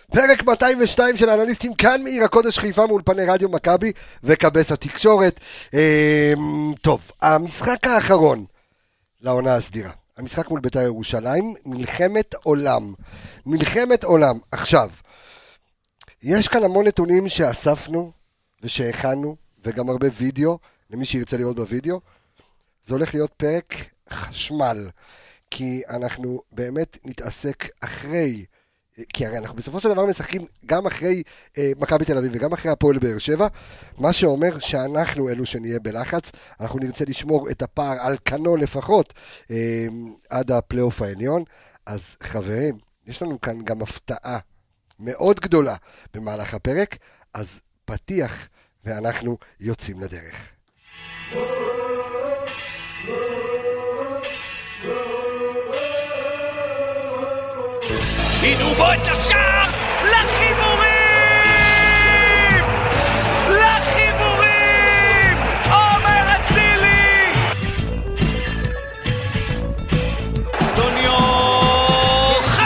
פרק 202 של האנליסטים כאן מעיר הקודש חיפה מאולפני רדיו מכבי וקבס התקשורת. טוב, המשחק האחרון לעונה הסדירה, המשחק מול בית"ר ירושלים, מלחמת עולם. עכשיו, יש כאן המון נתונים שאספנו ושהכנו וגם הרבה וידאו, למי שירצה לראות בוידאו. זה הולך להיות פרק חשמל, כי אנחנו באמת נתעסק אחרי, כי הרי אנחנו בסופו של דבר משחקים גם אחרי מכבי תל אביב וגם אחרי הפועל באר שבע, מה שאומר שאנחנו אלו שנהיה בלחץ, אנחנו נרצה לשמור את הפער על כנו לפחות עד הפלייאוף העליון. אז חברים, יש לנו כאן גם הפתעה מאוד גדולה במהלך הפרק, אז פתיח ואנחנו יוצאים לדרך. הנה בוא את השער לחיבורים! עומר אצילי! דוניו 5-1!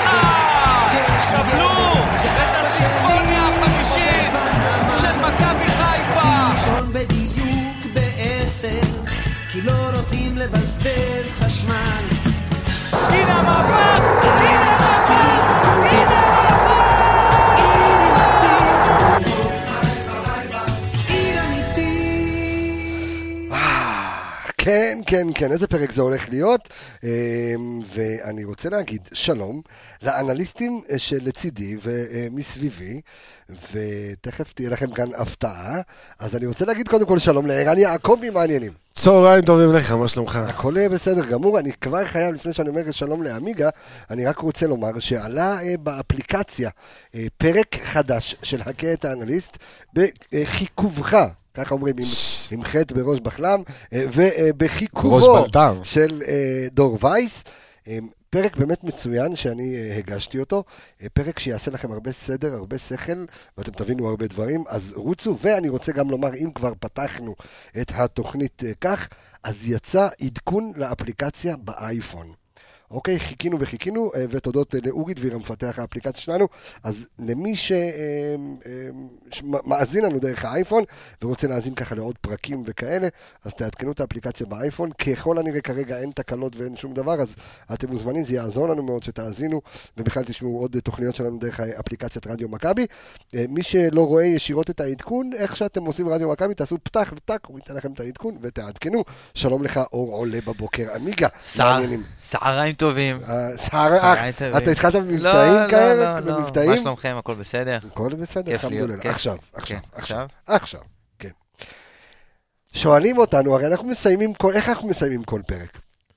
קבלו את הסימפוניה החמישית של מכבי חיפה! ראשון בדיוק ב10 כי לא רוצים לבזבז חשמל. הנה המהפך! כן, איזה פרק זה הולך להיות, ואני רוצה להגיד שלום לאנליסטים שלצידי ומסביבי, ותכף תהיה לכם כאן הפתעה, אז אני רוצה להגיד קודם כל שלום לערן יעקבי, מה העניינים? צהריים טובים לך, מה שלומך? הכל בסדר גמור, אני כבר חייב לפני שאני אומר שלום לאמיגה, אני רק רוצה לומר שעלה באפליקציה פרק חדש של הקה את האנליסט בחיכובך, ככה אומרים, עם חטא בראש בחלם, ובחיכובו של דור וייס, פרק באמת מצוין שאני הגשתי אותו, פרק שיעשה לכם הרבה סדר, הרבה שכל, ואתם תבינו הרבה דברים, אז רוצו, ואני רוצה גם לומר, אם כבר פתחנו את התוכנית כך, אז יצא עדכון לאפליקציה באייפון. אוקיי, חיכינו, ותודות לאורי דביר המפתח האפליקציה שלנו, אז למי שמאזין לנו דרך האייפון, ורוצה להאזין ככה לעוד פרקים וכאלה, אז תעדכנו את האפליקציה באייפון, ככל הנראה כרגע אין תקלות ואין שום דבר, אז אתם מוזמנים, זה יעזור לנו מאוד שתאזינו, ובכלל תשמעו עוד תוכניות שלנו דרך אפליקציית רדיו מכבי. מי שלא רואה ישירות את העדכון, איך שאתם עושים רדיו מכבי, תעשו פתח וטק, הוא ייתן לכם את העדכון, ותעדכנו. שלום לך, אור עולה בבוקר, אמיגה. צהריים טובים. אתה התחלת במבטאים כאלה? לא, מה שלומכם? הכל בסדר? הכל בסדר, חמדוללה. עכשיו, כן. שואלים אותנו, הרי אנחנו מסיימים איך אנחנו מסיימים כל פרק?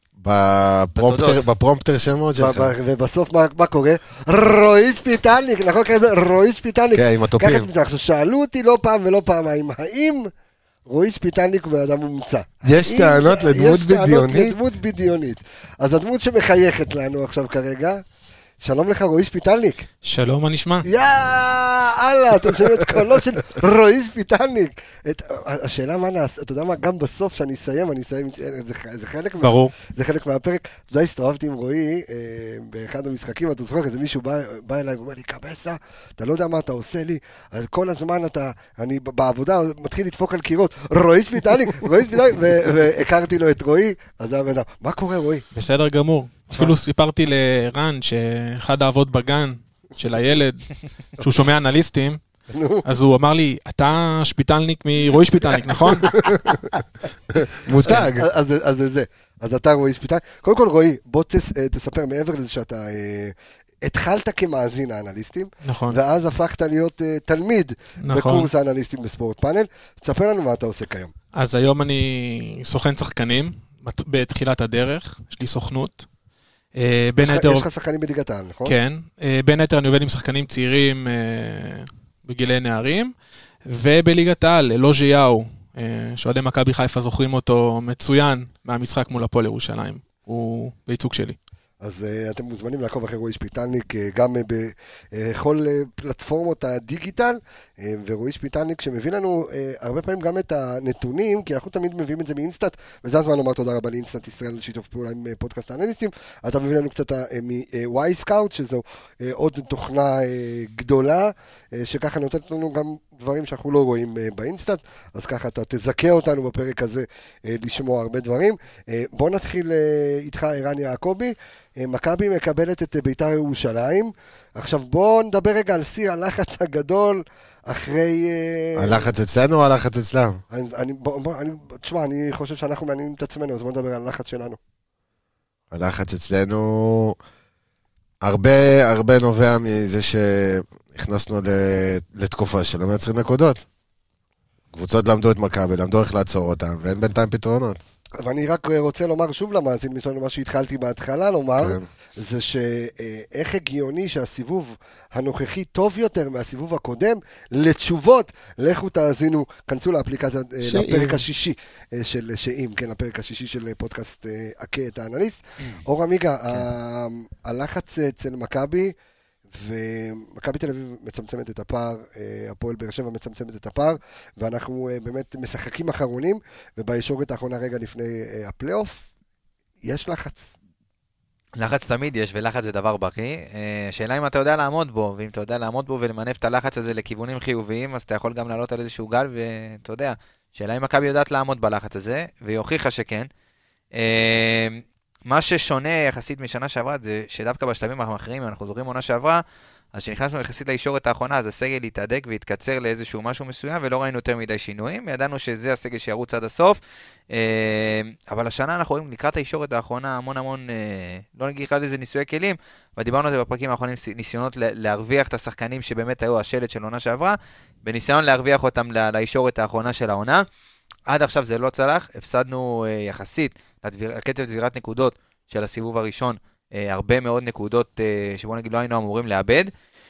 בפרומפטר שמות שלך. ובסוף מה קורה? רועי שפיטלניק, נכון כזה? רועי שפיטלניק. כן, עם הטופים. עכשיו, שאלו אותי לא פעם ולא פעמיים, האם רועי שפיטלניק הוא אדם מומצא? יש טענות לדמות בדיונית? יש טענות לדמות בדיונית. אז הדמות שמחייכת לנו עכשיו כרגע, שלום לך רועי שפיטלניק. שלום, מה נשמע? יאללה, אתה שומע את קולו של רועי שפיטלניק. השאלה מה נעשה, אתה יודע מה, גם בסוף שאני אסיים, זה חלק ברור. זה חלק מהפרק. אתה יודע, הסתובבתי עם רועי באחד המשחקים, אתה זוכר, איזה מישהו בא אליי ואומר לי, קבסה, אתה לא יודע מה אתה עושה לי, אז כל הזמן אני בעבודה מתחיל לדפוק על קירות, רועי שפיטלניק, והכרתי לו את רועי, אז זה הבן, מה קורה רועי? בסדר גמור. אפילו סיפרתי לרן שאחד העבוד בגן של הילד, שהוא שומע אנליסטים, אז הוא אמר לי, אתה שפיטלניק מרועי שפיטלניק, נכון? מותג. אז אתה רועי שפיטלניק. קודם כל רועי, בוא תספר מעבר לזה שאתה התחלת כמאזין האנליסטים, נכון. ואז הפכת להיות תלמיד נכון. בקורס האנליסטים בספורט פאנל. תספר לנו מה אתה עושה כיום. אז היום אני סוכן שחקנים, בתחילת הדרך, יש לי סוכנות. יש לך שחקנים בליגת העל, נכון? כן, בין היתר אני עובד עם שחקנים צעירים בגילי נערים, ובליגת העל, אלוז'י יאו, שאוהדי מכבי חיפה זוכרים אותו מצוין מהמשחק מול הפועל ירושלים, הוא בייצוג שלי. אז אתם מוזמנים לעקוב אחרי רועי שפיטלניק גם בכל פלטפורמות הדיגיטל, ורועי שפיטלניק שמביא לנו הרבה פעמים גם את הנתונים, כי אנחנו תמיד מביאים את זה מאינסטאט, וזה הזמן לומר תודה רבה לאינסטאט ישראל שיתוף פעולה עם פודקאסט האנליסטים. אתה מביא לנו קצת מוואי סקאוט, שזו עוד תוכנה גדולה, שככה נותנת לנו גם דברים שאנחנו לא רואים באינסטאט, אז ככה אתה תזכה אותנו בפרק הזה לשמוע הרבה דברים. בוא נתחיל איתך ערן יעקבי. מכבי מקבלת את בית"ר ירושלים. עכשיו בוא נדבר רגע על סיר הלחץ הגדול אחרי... הלחץ אצלנו או הלחץ אצלם? תשמע, אני חושב שאנחנו מעניינים את עצמנו, אז בוא נדבר על הלחץ שלנו. הלחץ אצלנו הרבה נובע מזה שהכנסנו לתקופה שלא מייצרים נקודות. קבוצות למדו את מכבי, למדו איך לעצור אותם, ואין בינתיים פתרונות. ואני רק רוצה לומר שוב למאזין, מה שהתחלתי בהתחלה לומר, זה שאיך הגיוני שהסיבוב הנוכחי טוב יותר מהסיבוב הקודם, לתשובות, לכו תאזינו, כנסו לאפליקציה, לפרק השישי של שאם, כן, לפרק השישי של פודקאסט עקה את האנליסט. אור עמיגה, הלחץ אצל מכבי, ומכבי תל אביב מצמצמת את הפער, הפועל באר שבע מצמצמת את הפער, ואנחנו באמת משחקים אחרונים, ובישורת האחרונה רגע לפני הפלייאוף, יש לחץ. לחץ תמיד יש, ולחץ זה דבר בריא. השאלה אם אתה יודע לעמוד בו, ואם אתה יודע לעמוד בו ולמנף את הלחץ הזה לכיוונים חיוביים, אז אתה יכול גם לעלות על איזשהו גל, ואתה יודע, שאלה אם מכבי יודעת לעמוד בלחץ הזה, והיא הוכיחה שכן. מה ששונה יחסית משנה שעברה, זה שדווקא בשלבים המכריעים, אנחנו זוכרים עונה שעברה, אז כשנכנסנו יחסית לישורת האחרונה, אז הסגל יתהדק והתקצר לאיזשהו משהו מסוים, ולא ראינו יותר מדי שינויים, ידענו שזה הסגל שירוץ עד הסוף, אבל השנה אנחנו רואים לקראת הישורת האחרונה המון, לא נגיד לזה ניסויי כלים, ודיברנו על זה בפרקים האחרונים, ניסיונות להרוויח את השחקנים שבאמת היו השלט של עונה שעברה, בניסיון להרוויח אותם לישורת האחרונה של העונה. עד עכשיו זה לא צלח, הפסדנו יחסית לקצב צבירת נקודות של הסיבוב הראשון, הרבה מאוד נקודות שבוא נגיד לא היינו אמורים לאבד,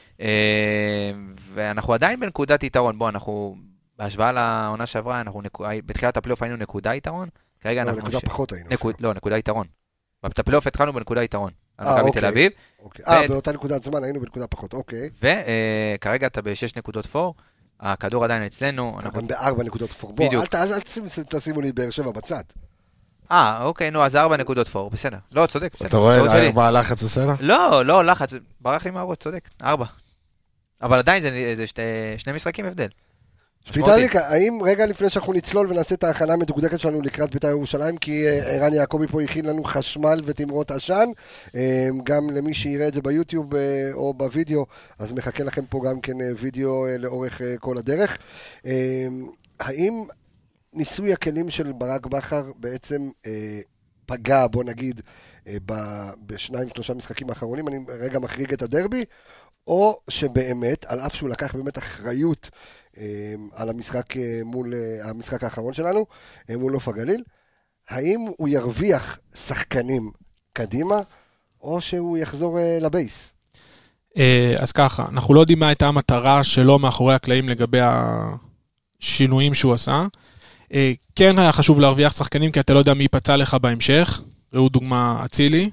ואנחנו עדיין בנקודת יתרון. בוא, אנחנו בהשוואה לעונה שעברה, בתחילת הפלייאוף היינו נקודה יתרון, כרגע אנחנו... נקודה פחות היינו. לא, נקודה יתרון. בפלייאוף התחלנו בנקודה יתרון. מכבי תל אביב. באותה נקודת זמן היינו בנקודה פחות, אוקיי. וכרגע אתה ב6 נקודות פור, הכדור עדיין אצלנו. גם ב4 נקודות פור. בוא, אל תשימו לי באר שבע בצד. אוקיי, נו, אז 4 נקודות פור, בסדר. לא, צודק, בסדר. אתה רואה מה הלחץ עושה לה? לא, לחץ, ברח לי מהראש, צודק, 4. אבל עדיין זה שני משחקים הבדל. שפיטלניק, האם רגע לפני שאנחנו נצלול ונעשה את ההכנה המדוקדקת שלנו לקראת בית"ר ירושלים, כי ערן יעקבי פה הכין לנו חשמל ותמרות עשן, גם למי שיראה את זה ביוטיוב או בווידאו, אז מחכה לכם פה גם כן וידאו לאורך כל הדרך. האם ניסוי הכלים של ברק בכר בעצם פגע, בוא נגיד, ב2-3 משחקים האחרונים, אני רגע מחריג את הדרבי, או שבאמת, על אף שהוא לקח באמת אחריות על המשחק מול המשחק האחרון שלנו, מול נוף הגליל, האם הוא ירוויח שחקנים קדימה, או שהוא יחזור לבייס? אז ככה, אנחנו לא יודעים מה הייתה המטרה שלו מאחורי הקלעים לגבי השינויים שהוא עשה. כן היה חשוב להרוויח שחקנים, כי אתה לא יודע מי ייפצע לך בהמשך, ראו דוגמה אצילי.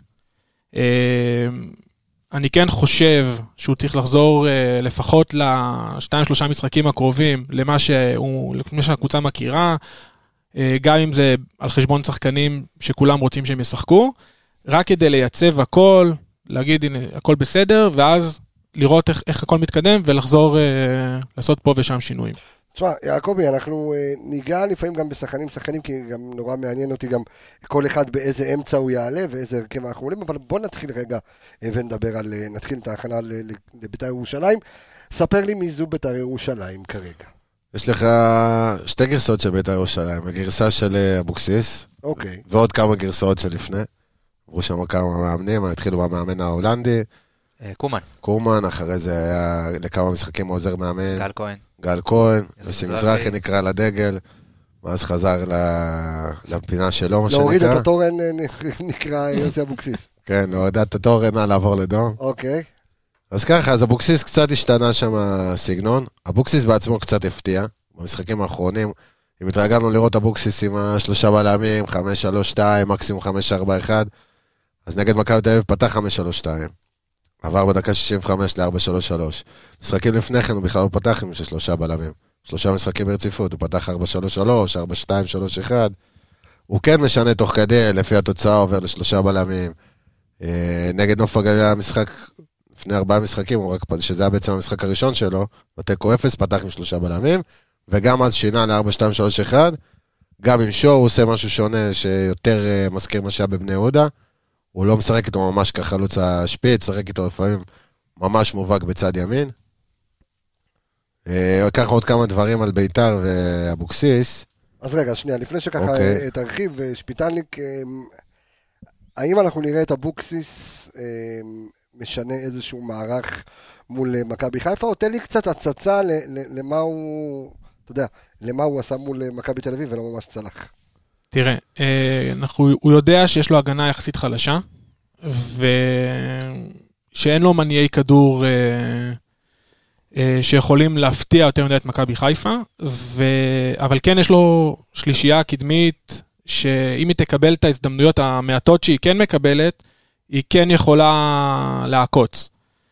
אני כן חושב שהוא צריך לחזור לפחות ל2-3 משחקים הקרובים, למה שהקבוצה מכירה, גם אם זה על חשבון שחקנים שכולם רוצים שהם ישחקו, רק כדי לייצב הכל, להגיד הנה הכל בסדר, ואז לראות איך הכל מתקדם, ולחזור לעשות פה ושם שינויים. תשמע, יעקבי, אנחנו ניגע לפעמים גם בשחקנים, כי גם נורא מעניין אותי גם כל אחד באיזה אמצע הוא יעלה ואיזה הרכב אנחנו עולים, אבל בוא נתחיל רגע ונדבר נתחיל את ההכנה לבית"ר ירושלים. ספר לי מי זו בית"ר ירושלים כרגע. יש לך 2 גרסאות של בית"ר ירושלים, הגרסה של אבוקסיס, אוקיי. ועוד כמה גרסאות שלפני, עברו שם כמה מאמנים, התחילו במאמן ההולנדי, קומן, אחרי זה היה לכמה משחקים עוזר מאמן, גל כהן, יוסי מזרחי נקרא לדגל, ואז חזר לפינה שלו, מה שנקרא. להוריד את התורן נקרא יוסי אבוקסיס. כן, להוריד את התורן, לעבור לדום. אוקיי. אז ככה, אז אבוקסיס קצת השתנה שם הסגנון, אבוקסיס בעצמו קצת הפתיע, במשחקים האחרונים, אם התרגלנו לראות אבוקסיס עם 3 בלמים, 5-3-2, מקסימום 5-4-1, אז נגד מכבי תל אביב פתח 5-3-2. עבר בדקה 65 ל-4-3-3. משחקים לפני כן הוא בכלל לא פתח עם 3 בלמים. 3 משחקים ברציפות, הוא פתח 4-3-3, 4-2-3-1. הוא כן משנה תוך כדי, לפי התוצאה עובר ל3 בלמים. נגד נוף הגליל המשחק, לפני 4 משחקים, שזה היה בעצם המשחק הראשון שלו, בתיקו 0, פתח עם 3 בלמים, וגם אז שינה ל-4-2-3-1, גם עם שור הוא עושה משהו שונה, שיותר מזכיר משהו בבני יהודה, הוא לא משחק איתו ממש כחלוץ השפיץ, משחק איתו לפעמים ממש מובהק בצד ימין. לקח עוד כמה דברים על ביתר ואבוקסיס. אז רגע, שנייה, לפני שככה תרחיב, שפיטלניק, האם אנחנו נראה את אבוקסיס משנה איזשהו מערך מול מכבי חיפה, או תן לי קצת הצצה למה הוא, אתה יודע, למה הוא עשה מול מכבי תל אביב ולא ממש צלח. תראה, הוא יודע שיש לו הגנה יחסית חלשה, ושאין לו מניעי כדור שיכולים להפתיע יותר מדי את מכבי חיפה, אבל כן יש לו שלישייה קדמית, שאם היא תקבל את ההזדמנויות המעטות שהיא כן מקבלת, היא כן יכולה לעקוץ.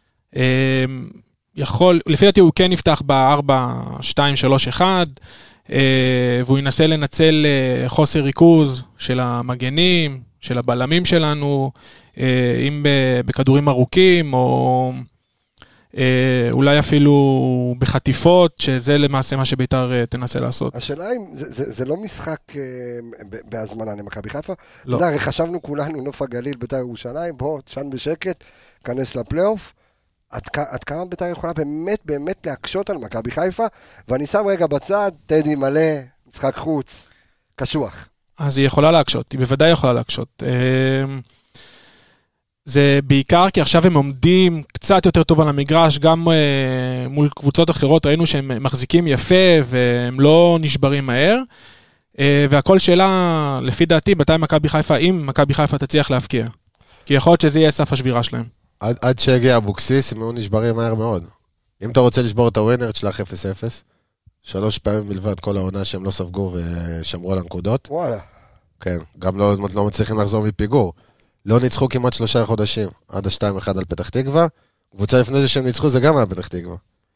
לפי דעתי הוא כן יפתח ב-4-2-3-1, והוא ינסה לנצל חוסר ריכוז של המגנים, של הבלמים שלנו, אם בכדורים ארוכים, או אולי אפילו בחטיפות, שזה למעשה מה שביתר תנסה לעשות. השאלה אם זה לא משחק בהזמנה למכבי חיפה? לא. אתה יודע, הרי חשבנו כולנו, נוף הגליל, ביתר ירושלים, בוא, תשן בשקט, כנס לפלייאוף. עד כמה ביתר יכולה באמת להקשות על מכבי חיפה, ואני שם רגע בצד, טדי מלא, משחק חוץ, קשוח. אז היא יכולה להקשות, היא בוודאי יכולה להקשות. זה בעיקר כי עכשיו הם עומדים קצת יותר טוב על המגרש, גם מול קבוצות אחרות ראינו שהם מחזיקים יפה, והם לא נשברים מהר, והכל שאלה, לפי דעתי, מתי מכבי חיפה, אם מכבי חיפה תצליח להפקיע. כי יכול להיות שזה יהיה סף השבירה שלהם. עד שהגיע אבוקסיס, הם היו נשברים מהר מאוד. אם אתה רוצה לשבור את הווינר, תשלח 0-0. 3 פעמים בלבד כל העונה שהם לא ספגו ושמרו על הנקודות. וואלה. כן, גם לא מצליחים לחזור מפיגור. לא ניצחו כמעט 3 חודשים, עד ה-2-1 על פתח תקווה. קבוצה לפני זה שהם ניצחו, זה גם היה פתח תקווה.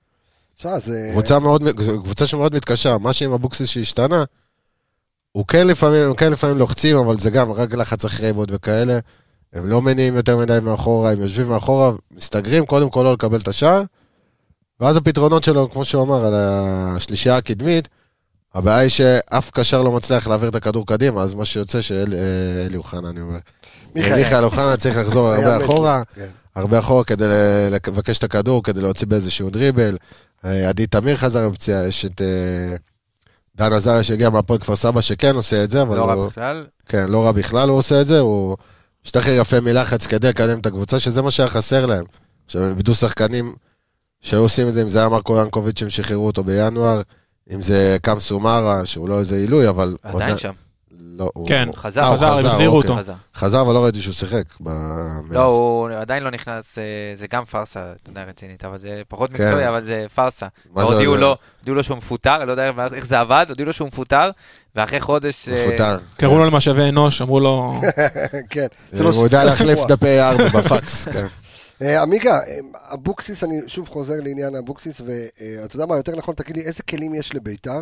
קבוצה שמאוד מתקשה. מה שעם אבוקסיס שהשתנה, הוא כן לפעמים לוחצים, אבל זה גם רק לחץ אחרי בוד וכאלה. הם לא מניעים יותר מדי מאחורה, הם יושבים מאחורה, מסתגרים, קודם כל לא לקבל את השער, ואז הפתרונות שלו, כמו שהוא אמר, על השלישייה הקדמית, הבעיה היא שאף קשר לא מצליח להעביר את הכדור קדימה, אז מה שיוצא שאלי אוחנה, אני אומר. מיכאל אוחנה צריך לחזור הרבה אחורה כדי לבקש את הכדור, כדי להוציא באיזשהו דריבל. עדי תמיר חזר מפציעה, יש את דן עזריה שהגיע מהפועל כפר סבא שכן עושה את זה, אבל לא רע בכלל. כן, לא רע בכלל הוא עושה את זה, הוא משתחרר יפה מלחץ כדי לקדם את הקבוצה, שזה מה שהיה חסר להם. עכשיו, הם איבדו שחקנים שהיו עושים את זה, אם זה היה מרקו ינקוביץ' שהם שחררו אותו בינואר, אם זה קם סומרה, שהוא לא איזה עילוי, אבל... עדיין שם. לא, כן, חזר, הם החזירו אותו. חזר, אבל לא ראיתי שהוא שיחק. לא, הוא עדיין לא נכנס, זה גם פרסה, אתה יודע, רצינית, אבל זה פחות מקצועי, אבל זה פרסה. הודיעו לו שהוא מפוטר, לא יודע איך זה עבד, הודיעו לו שהוא מפוטר, ואחרי חודש... מפוטר. קראו לו למשאבי אנוש, אמרו לו... כן. הוא יודע להחליף דפי 4 בפקס, כן. עמיגה, אבוקסיס, אני שוב חוזר לעניין אבוקסיס, ואתה יודע מה, יותר נכון, תגיד לי, איזה כלים יש לביתר?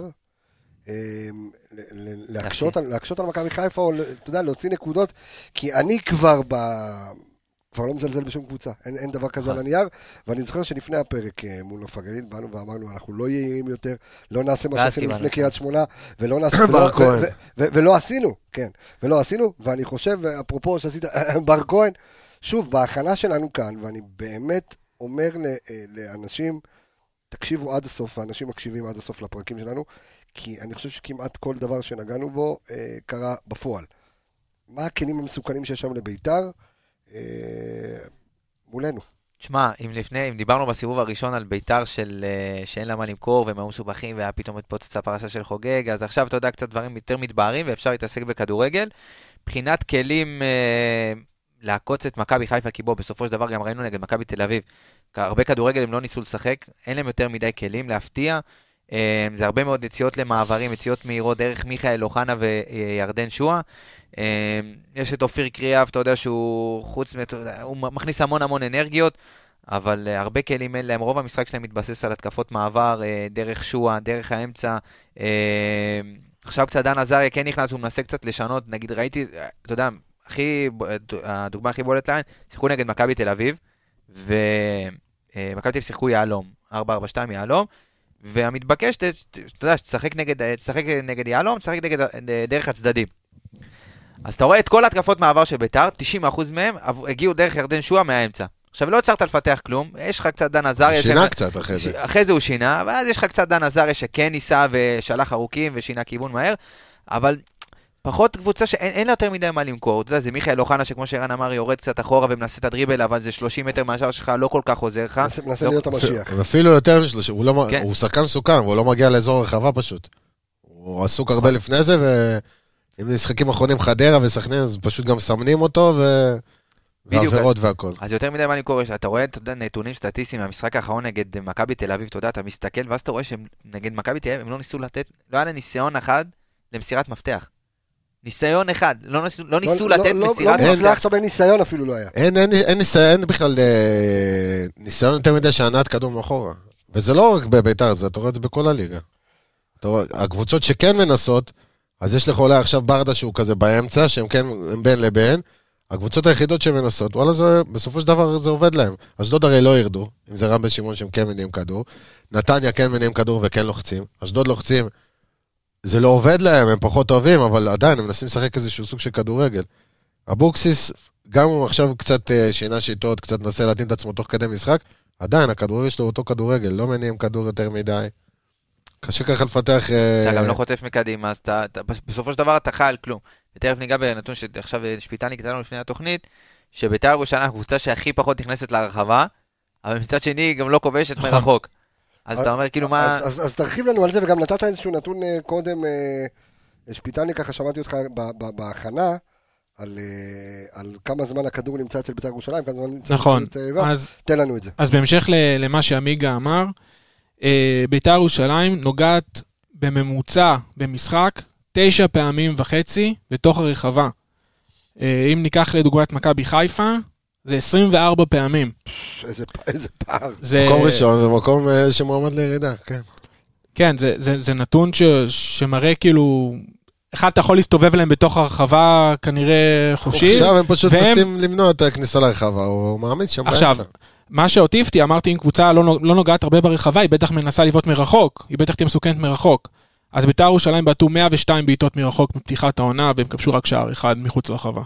להקשות על מכבי חיפה, או אתה יודע, להוציא נקודות, כי אני כבר לא מזלזל בשום קבוצה, אין דבר כזה על הנייר, ואני זוכר שלפני הפרק מול נוף הגליל, באנו ואמרנו, אנחנו לא יהירים יותר, לא נעשה מה שעשינו לפני קריית שמונה, ולא עשינו, כן, ולא עשינו, ואני חושב, אפרופו שעשית בר כהן, שוב, בהכנה שלנו כאן, ואני באמת אומר לאנשים, תקשיבו עד הסוף, ואנשים מקשיבים עד הסוף לפרקים שלנו, כי אני חושב שכמעט כל דבר שנגענו בו קרה בפועל. מה הכלים המסוכנים שיש שם לביתר? מולנו. תשמע, אם דיברנו בסיבוב הראשון על ביתר שאין לה מה למכור והם היו מסובכים והיה פתאום התפוצץ הפרשה של חוגג, אז עכשיו אתה יודע קצת דברים יותר מתבהרים ואפשר להתעסק בכדורגל. מבחינת כלים לעקוץ את מכבי חיפה, כי בו בסופו של דבר גם ראינו נגד מכבי תל אביב, הרבה כדורגל הם לא ניסו לשחק, אין להם יותר מדי כלים להפתיע, זה הרבה מאוד יציאות למעברים, יציאות מהירות דרך מיכאל אוחנה וירדן שואה. יש את אופיר קריאב, אתה יודע שהוא הוא מכניס המון אנרגיות, אבל הרבה כלים אין להם, רוב המשחק שלהם מתבסס על התקפות מעבר, דרך שואה, דרך האמצע. עכשיו קצת דן עזריה כן נכנס, הוא מנסה קצת לשנות, נגיד ראיתי, אתה יודע, הדוגמה הכי בולט לעין, שיחקו נגד מכבי תל אביב, ומכבי תל אביב שיחקו יעלום, 4-4-2 יעלום, והמתבקש, אתה יודע, שתשחק נגד יעלום, תשחק דרך הצדדים. אז אתה רואה את כל התקפות מעבר של ביתר, 90% מהם הגיעו דרך ירדן שואה מהאמצע. עכשיו לא הצלחת לפתח כלום, יש לך קצת דן עזריה. שינה קצת אחרי זה. אחרי זה הוא שינה, ואז יש לך קצת דן עזריה שכן ניסה ושלח ארוכים ושינה כיוון מהר, אבל פחות קבוצה שאין לה יותר מדי מה למכור. אתה יודע, זה מיכאל אוחנה שכמו שערן אמר, יורד קצת אחורה ומנסה את הדריבל, אבל זה 30 מטר מהשאר שלך, לא כל כך עוזר לך. מנסה להיות המשיח. ואפילו יותר מ-30, הוא שחקן מסוכן, והוא לא מגיע לאזור הרחבה פשוט. הוא עסוק הרבה לפני זה, ואם משחקים אחרונים חדרה וסכנין, אז פשוט גם סמנים אותו, ועבירות והכל. אז יותר מדי מה למכור, אתה רואה נתונים סטטיסטיים מהמשחק האחרון נגד מכבי תל אביב, אתה יודע, אתה מסתכל, ואז אתה רואה שנגד מכבי תל אביב הם לא ניסו לתת, לא היה ניסיון אחד למסירת מפתח. ניסיון אחד, לא ניסו לתת מסירת מפתח. לא מוצלח סבל ניסיון אפילו לא היה. אין ניסיון בכלל, ניסיון יותר מדי שענת כדור מאחורה. וזה לא רק בביתר, אתה רואה את זה בכל הליגה. הקבוצות שכן מנסות, אז יש לך אולי עכשיו ברדה שהוא כזה באמצע, שהם כן בין לבין, הקבוצות היחידות שהן מנסות, וואלה, בסופו של דבר זה עובד להם. אשדוד הרי לא ירדו, אם זה רם בשימון שהם כן מניעים כדור, נתניה כן מניעים כדור וכן לוחצים, אשדוד לוחצים, זה לא עובד להם, הם פחות אוהבים, אבל עדיין הם מנסים לשחק איזשהו סוג של כדורגל. אבוקסיס, גם הוא עכשיו קצת שינה שיטות, קצת נסה להתאים את עצמו תוך כדי משחק, עדיין הכדורגל שלו אותו כדורגל, לא מניעים כדור יותר מדי. קשה ככה לפתח... אתה גם לא חוטף מקדימה, אז בסופו של דבר אתה חי על כלום. ותכף ניגע בנתון שעכשיו שפיטני כתבנו לפני התוכנית, שביתר ירושלים הקבוצה שהכי פחות נכנסת להרחבה, אבל מצד שני גם לא כובשת מרחוק. אז אתה אומר כאילו מה... אז תרחיב לנו על זה, וגם נתת איזשהו נתון קודם, שפיטני ככה שמעתי אותך בהכנה, על כמה זמן הכדור נמצא אצל ביתר ירושלים, כמה זמן נמצא נכון, תן לנו את זה. אז בהמשך למה שעמיגה אמר, ביתר ירושלים נוגעת בממוצע במשחק 9.5 פעמים לתוך הרחבה. אם ניקח לדוגמת מכבי חיפה, זה 24 פעמים. איזה פער. מקום ראשון ומקום שמועמד לירידה, כן. כן, זה נתון שמראה כאילו, אחד אתה יכול להסתובב להם בתוך הרחבה כנראה חופשי. עכשיו הם פשוט נסים למנוע את הכניסה לרחבה, הוא מעמיד שם באמצע. עכשיו, מה שאותי הפתיע, אמרתי, אם קבוצה לא נוגעת הרבה ברחבה, היא בטח מנסה לבעוט מרחוק, היא בטח תהיה מסוכנת מרחוק. אז ביתר ירושלים בעטו 102 בעיטות מרחוק מפתיחת העונה, והם כבשו רק שער אחד מחוץ לרחבה.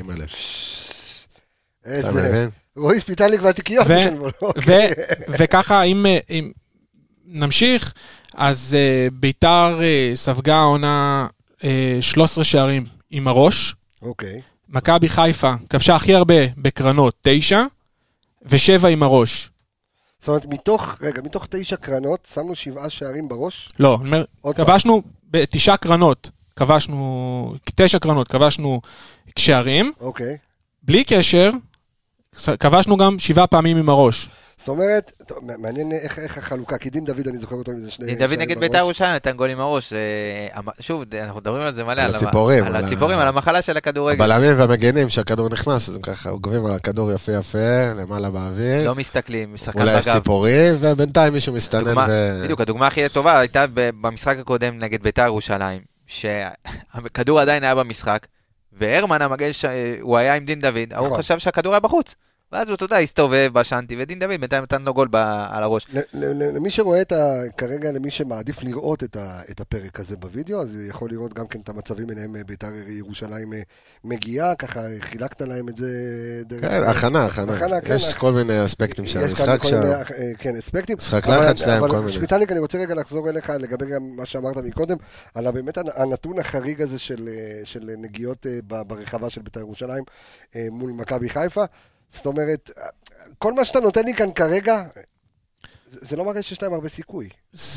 איזה... רואי שפיטליק והתיקיות. וככה, אם נמשיך, אז ביתר ספגה העונה 13 שערים עם הראש. אוקיי. מכבי חיפה כבשה הכי הרבה בקרנות 9, ו7 עם הראש. זאת אומרת, מתוך 9 קרנות, שמנו 7 שערים בראש? לא, כבשנו ב9 קרנות, 9 קרנות, כבשנו שערים. אוקיי. בלי קשר, כבשנו גם 7 פעמים עם הראש. זאת אומרת, מעניין איך החלוקה, כי דין דוד, אני זוכר אותו עם זה שני... דין דוד נגד ביתר ירושלים, נתן גול עם הראש. שוב, אנחנו מדברים על זה מלא, על הציפורים. על הציפורים, על המחלה של הכדורגל. הבלמים והמגנים שהכדור נכנס, אז הם ככה עוקבים על הכדור יפה יפה, למעלה באוויר. לא מסתכלים, משחקן בגב. אולי יש ציפורים, ובינתיים מישהו מסתנן בדיוק, הדוגמה הכי טובה הייתה במשחק הקודם נגד ביתר ירושלים, שהכדור עדיין היה במשחק, והרמן המגן, הוא היה עם דין דוד, הוא חשב שהכדור היה בחוץ. ואז הוא, אתה יודע, הסתובב בשנתי, ודין דוד בינתיים נתן לו גול על הראש. למי שרואה כרגע, למי שמעדיף לראות את הפרק הזה בווידאו, אז יכול לראות גם כן את המצבים ביניהם ביתר ירושלים מגיעה, ככה חילקת להם את זה דרך... כן, הכנה. יש כל מיני אספקטים של המשחק שם. כן, אספקטים. משחק לחץ שלהם, כל מיני. אבל שפיטניק, אני רוצה רגע לחזור אליך לגבי גם מה שאמרת מקודם, על באמת הנתון החריג הזה של נגיעות ברחבה של ביתר ירושלים מול מכבי חיפה. זאת אומרת, כל מה שאתה נותן לי כאן כרגע, זה לא מראה שיש להם הרבה סיכוי.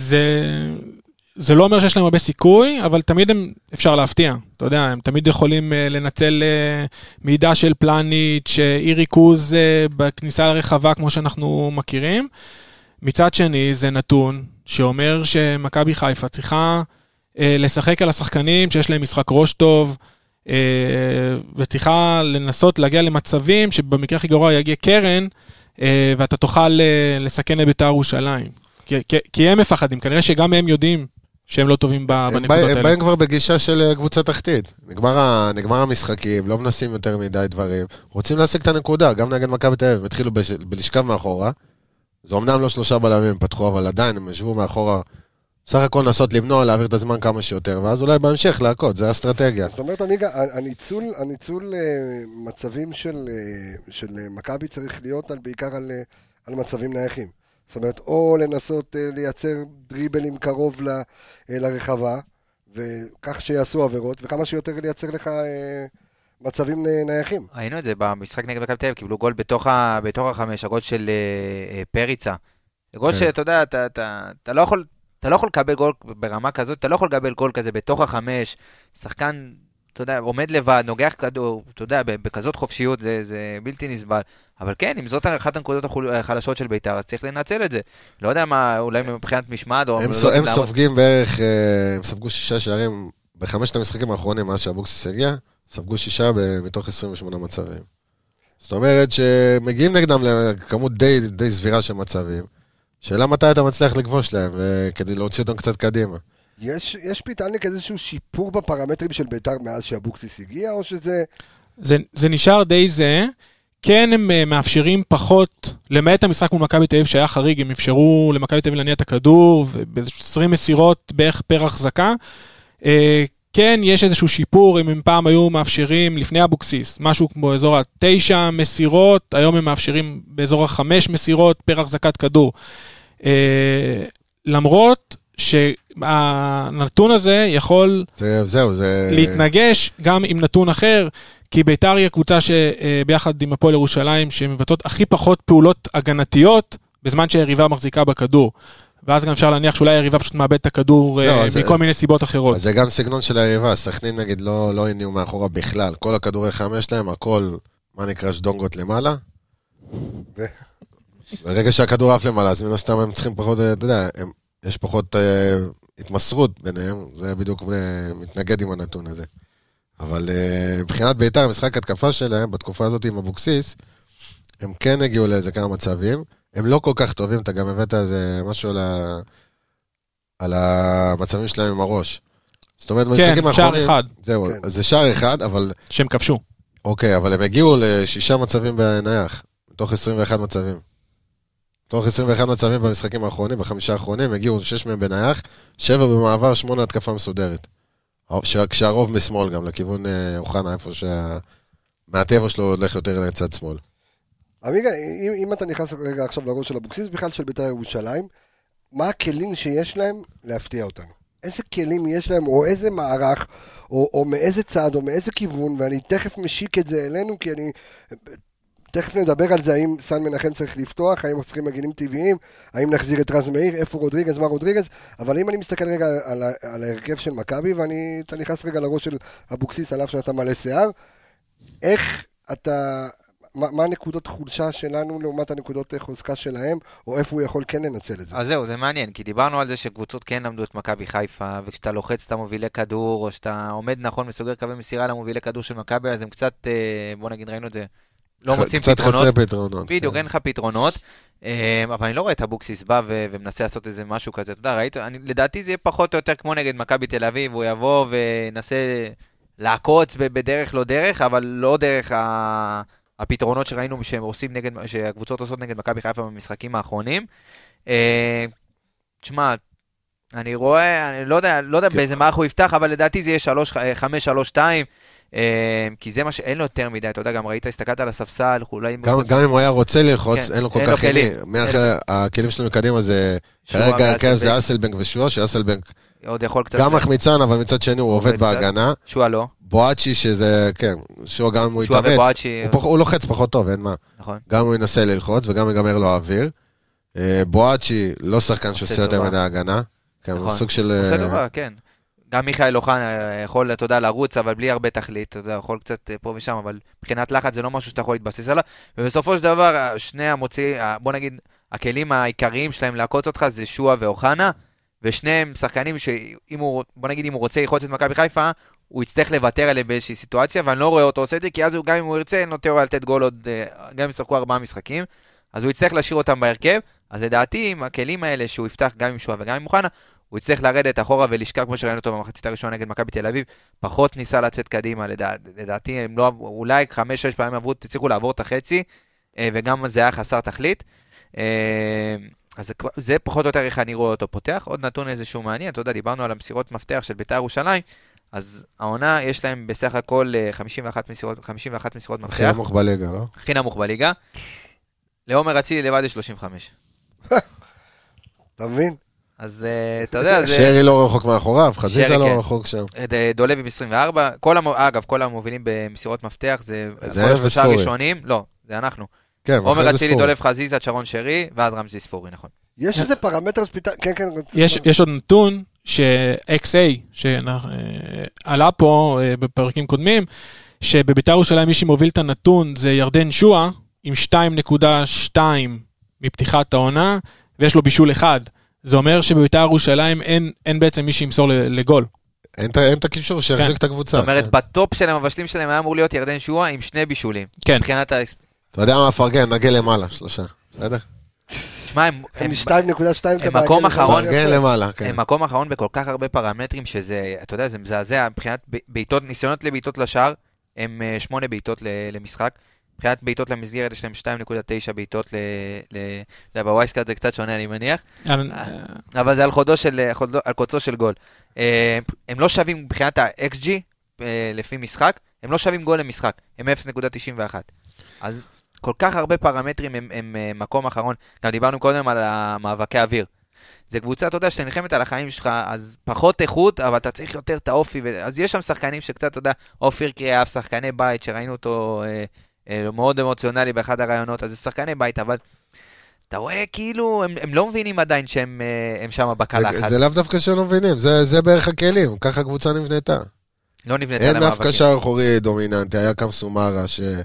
זה לא אומר שיש להם הרבה סיכוי, אבל תמיד אפשר להפתיע. אתה יודע, הם תמיד יכולים לנצל מידע של פלניץ', אי ריכוז בכניסה לרחבה כמו שאנחנו מכירים. מצד שני, זה נתון שאומר שמכבי חיפה צריכה לשחק על השחקנים שיש להם משחק ראש טוב, וצריכה לנסות להגיע למצבים שבמקרה הכי גרוע יגיע קרן, ואתה תוכל לסכן לבית"ר ירושלים. כי הם מפחדים, כנראה שגם הם יודעים שהם לא טובים בנקודות האלה. הם באים כבר בגישה של קבוצה תחתית. נגמר המשחקים, לא מנסים יותר מדי דברים. רוצים להשיג את הנקודה, גם נגד מכבי תל אביב. הם התחילו בלשכב מאחורה. זה אמנם לא 3 בלמים פתחו, אבל עדיין הם ישבו מאחורה. בסך הכל נסות למנוע, להעביר את הזמן כמה שיותר, ואז אולי בהמשך להכות, זה האסטרטגיה. זאת אומרת, עמיגה, הניצול מצבים של מכבי צריך להיות בעיקר על מצבים נייחים. זאת אומרת, או לנסות לייצר דריבלים קרוב לרחבה, וכך שיעשו עבירות, וכמה שיותר לייצר לך מצבים נייחים. ראינו את זה במשחק נגד מכבי תל אביב, קיבלו גול בתוך ה5, הגול של פריצה. גול שאתה יודע, אתה לא יכול לקבל גול ברמה כזאת, אתה לא יכול לקבל גול כזה בתוך ה5, שחקן, אתה יודע, עומד לבד, נוגח כדור, אתה יודע, בכזאת חופשיות, זה בלתי נסבל. אבל כן, אם זאת אחת הנקודות החלשות של בית"ר, אז צריך לנצל את זה. לא יודע מה, אולי מבחינת משמעת, הם סופגים בערך, הם ספגו 6 שערים, ב5 המשחקים האחרונים, מאז שאבוקסיס הגיע, ספגו 6 מתוך 28 מצבים. זאת אומרת שמגיעים נגדם לכמות די סבירה של מצבים, שאלה מתי אתה מצליח לכבוש להם, כדי להוציא אותם קצת קדימה. יש פיתלניק איזשהו שיפור בפרמטרים של בית"ר מאז שאבוקסיס הגיע, או שזה... זה נשאר די זה, כן הם מאפשרים פחות, למעט המשחק מול מכבי תל אביב שהיה חריג, הם אפשרו למכבי תל אביב להניע את הכדור, ב-20 מסירות בערך פר החזקה, כן יש איזשהו שיפור, אם הם פעם היו מאפשרים לפני אבוקסיס, משהו כמו אזור ה9 מסירות, היום הם מאפשרים באזור ה5 מסירות פר החזקת כדור. למרות שהנתון הזה יכול להתנגש גם עם נתון אחר, כי בית"ר היא הקבוצה שביחד עם הפועל ירושלים, שמבצעות הכי פחות פעולות הגנתיות, בזמן שהיריבה מחזיקה בכדור. ואז גם אפשר להניח שאולי היריבה פשוט מאבד את הכדור מכל מיני סיבות אחרות. זה גם סגנון של היריבה, סכנין נגיד לא הניעו מאחורה בכלל, כל הכדורי 5 שלהם, הכל, מה נקרא, שדונגות למעלה. ברגע שהכדור עף למעלה, אז מן הסתם הם צריכים פחות, אתה יודע, יש פחות התמסרות ביניהם, זה בדיוק מתנגד עם הנתון הזה. אבל מבחינת בית"ר, המשחק התקפה שלהם, בתקופה הזאת עם אבוקסיס, הם כן הגיעו לאיזה כמה מצבים, הם לא כל כך טובים, אתה גם הבאת איזה משהו על המצבים שלהם עם הראש. זאת אומרת, כן, שער אחד. זהו, זה שער אחד, אבל... שהם כבשו. אוקיי, אבל הם הגיעו ל6 מצבים בנייח, מתוך 21 מצבים. מתוך 21 מצבים במשחקים האחרונים, ב5 האחרונים, הגיעו 6 מהם בנייח, 7 במעבר, 8 התקפה מסודרת. כשהרוב משמאל גם, לכיוון אוחנה, איפה מהטבע שלו הולך יותר לצד שמאל. עמיגה, אם אתה נכנס רגע עכשיו לראש של אבוקסיס, בכלל של בית"ר ירושלים, מה הכלים שיש להם להפתיע אותנו? איזה כלים יש להם, או איזה מערך, או מאיזה צעד, או מאיזה כיוון, ואני תכף משיק את זה אלינו, כי אני... תכף נדבר על זה, האם סן מנחם צריך לפתוח, האם צריכים מגינים טבעיים, האם נחזיר את רז מאיר, איפה רודריגז, מה רודריגז, אבל אם אני מסתכל רגע על ההרכב של מכבי, אתה נכנס רגע לראש של אבוקסיס, עליו שאתה מלא שיער, איך אתה... מה הנקודות חולשה שלנו לעומת הנקודות חוזקה שלהם, או איפה הוא יכול כן לנצל את זה? אז זהו, זה מעניין, כי דיברנו על זה שקבוצות כן למדו את מכבי חיפה, וכשאתה לוחץ את המובילי כדור, או שאתה עומד נכון וסוגר קווי מסירה למובילי כדור של מכבי, אז הם קצת, בוא נגיד, ראינו את זה, לא מוצאים פתרונות. קצת חסרי פתרונות. בדיוק, אין לך פתרונות, אבל אני לא רואה את אבוקסיס בא ומנסה לעשות איזה משהו כזה, אתה יודע, ראית, לדעתי זה יהיה פחות או יותר כמו נגד מכבי תל אביב, הוא יבוא ונסה לעקוץ בדרך לא דרך, אבל לא דרך הפתרונות שראינו שהקבוצות עושות נגד מכבי חיפה במשחקים האחרונים. תשמע, אני רואה, אני לא יודע באיזה מערך הוא יפתח, אבל לדעתי זה יהיה 5-3-2, כי זה מה שאין לו יותר מדי, אתה יודע, גם ראית, הסתכלת על הספסל, גם אם הוא היה רוצה ללחוץ, אין לו כל כך כלים. הכלים שלנו מקדימה זה, כרגע הרכב זה אסלבנק ושועה, שאסלבנק גם מחמיצן, אבל מצד שני הוא עובד בהגנה. שועה לא. בואצ'י שזה, כן, שועה גם אם הוא יתאמץ, הוא לוחץ פחות טוב, אין מה. גם הוא ינסה ללחוץ וגם יגמר לו האוויר. בואצ'י לא שחקן שעושה יותר מדי ההגנה. כן, הוא סוג של... עושה טובה, כן. גם מיכאל אוחנה יכול, אתה יודע, לרוץ, אבל בלי הרבה תכלית, אתה יודע, יכול קצת פה ושם, אבל מבחינת לחץ זה לא משהו שאתה יכול להתבסס עליו, ובסופו של דבר, שני המוציא, בוא נגיד, הכלים העיקריים שלהם לעקוץ אותך זה שועה ואוחנה, ושניהם שחקנים שאם הוא, בוא נגיד אם הוא רוצה לחוץ את מכבי חיפה, הוא יצטרך לוותר עליהם באיזושהי סיטואציה, ואני לא רואה אותו עושה את זה, כי אז גם אם הוא ירצה, אין לו תיאוריה לתת גול עוד, גם אם ישחקו 4 משחקים, אז הוא יצטרך להשאיר אותם בהרכב, אז לדעתי עם הכלים האלה שהוא יפתח גם עם שועה וגם עם אוחנה, הוא יצטרך לרדת אחורה ולשכב כמו שראינו אותו במחצית הראשונה נגד מכבי תל אביב, פחות ניסה לצאת קדימה, לדעתי הם לא, אולי 5-6 פעמים תצליחו לעבור את החצי, וגם זה היה חסר תכלית, אז זה פחות או יותר איך אני רואה אותו פותח. עוד נתון איזשהו מעניין, אתה יודע, דיברנו על המסירות מפתח של בית"ר ירושלים, אז העונה יש להם בסך הכל 51 מסירות מפתח. הכי נמוך בליגה, לא? הכי נמוך בליגה. לעומר אצילי לבד יש 35. אתה מבין? אז אתה יודע, שרי לא רחוק מאחוריו, חזיזה לא רחוק שם. דולב עם 24, אגב, כל המובילים במסירות מפתח, זה כל השלושה הראשונים, לא, זה אנחנו. עומר אצילי, דולב, חזיזה, שרון שרי, ואז רמזי ספורי, נכון. יש איזה פרמטר ספיטל, כן, כן. יש עוד נתון ש-XA, שעלה פה בפרקים קודמים, שבבית"ר ירושלים מי שמוביל את הנתון זה ירדן שועה, עם 2.2 מפתיחת העונה, ויש לו בישול אחד. זה אומר שבבית"ר ירושלים אין בעצם מי שימסור לגול. אין את הקישור שיחזיק את הקבוצה. זאת אומרת, בטופ שלהם, המבשלים שלהם היה אמור להיות ירדן שועה עם 2 בישולים. כן. מבחינת אתה יודע מה פרגן, נגל למעלה, 3. בסדר? תשמע, הם 2.2 הם מקום אחרון, פרגן למעלה, כן. הם מקום אחרון בכל כך הרבה פרמטרים שזה, אתה יודע, זה מזעזע, מבחינת בעיטות, ניסיונות לבעיטות לשער, הם 8 בעיטות למשחק. מבחינת בעיטות למסגרת יש להם 2.9 בעיטות בווייסקאט, זה קצת שונה אני מניח, אבל זה על קוצו של גול. הם לא שווים מבחינת ה-XG לפי משחק, הם לא שווים גול למשחק, הם 0.91. אז כל כך הרבה פרמטרים הם מקום אחרון, גם דיברנו קודם על המאבקי אוויר. זה קבוצה, אתה יודע, שאתה נלחמת על החיים שלך, אז פחות איכות, אבל אתה צריך יותר את האופי, אז יש שם שחקנים שקצת, אתה יודע, אופיר קריאף, שחקני בית, שראינו אותו מאוד אמוציונלי באחד הרעיונות, אז זה שחקני בית, אבל אתה רואה כאילו, הם לא מבינים עדיין שהם שם בקלחת. זה לאו דווקא שהם לא מבינים, זה בערך הכלים, ככה הקבוצה נבנתה. לא נבנתה אין דווקא שער אחורי דומיננטי, היה קם סומרה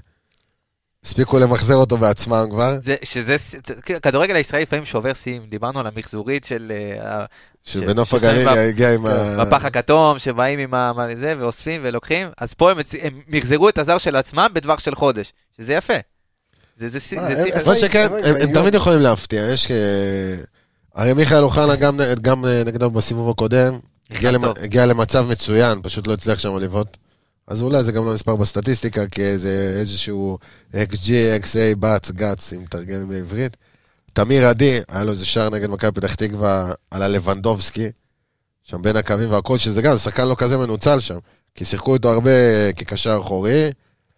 הספיקו למחזר אותו בעצמם כבר. כדורגל הישראלי לפעמים שובר שיאים, דיברנו על המחזורית של בנוף הגליל הגיע עם בפח הכתום, שבאים עם זה ואוספים ולוקחים, אז פה הם מחזרו את הזר של עצמם בטווח של חודש, שזה יפה. מה שכן, הם תמיד יכולים להפתיע, הרי מיכאל אוחנה גם נגדו בסיבוב הקודם, הגיע למצב מצוין, פשוט לא הצליח שם לבעוט. אז אולי זה גם לא נספר בסטטיסטיקה, כי זה איזשהו XG, XA, בץ, גץ, אם תרגם בעברית. תמיר עדי, היה לו איזה שער נגד מכבי פתח תקווה על הלבנדובסקי, שם בין הקווים והכל, שזה גם, שחקן לא כזה מנוצל שם, כי שיחקו איתו הרבה כקשר אחורי,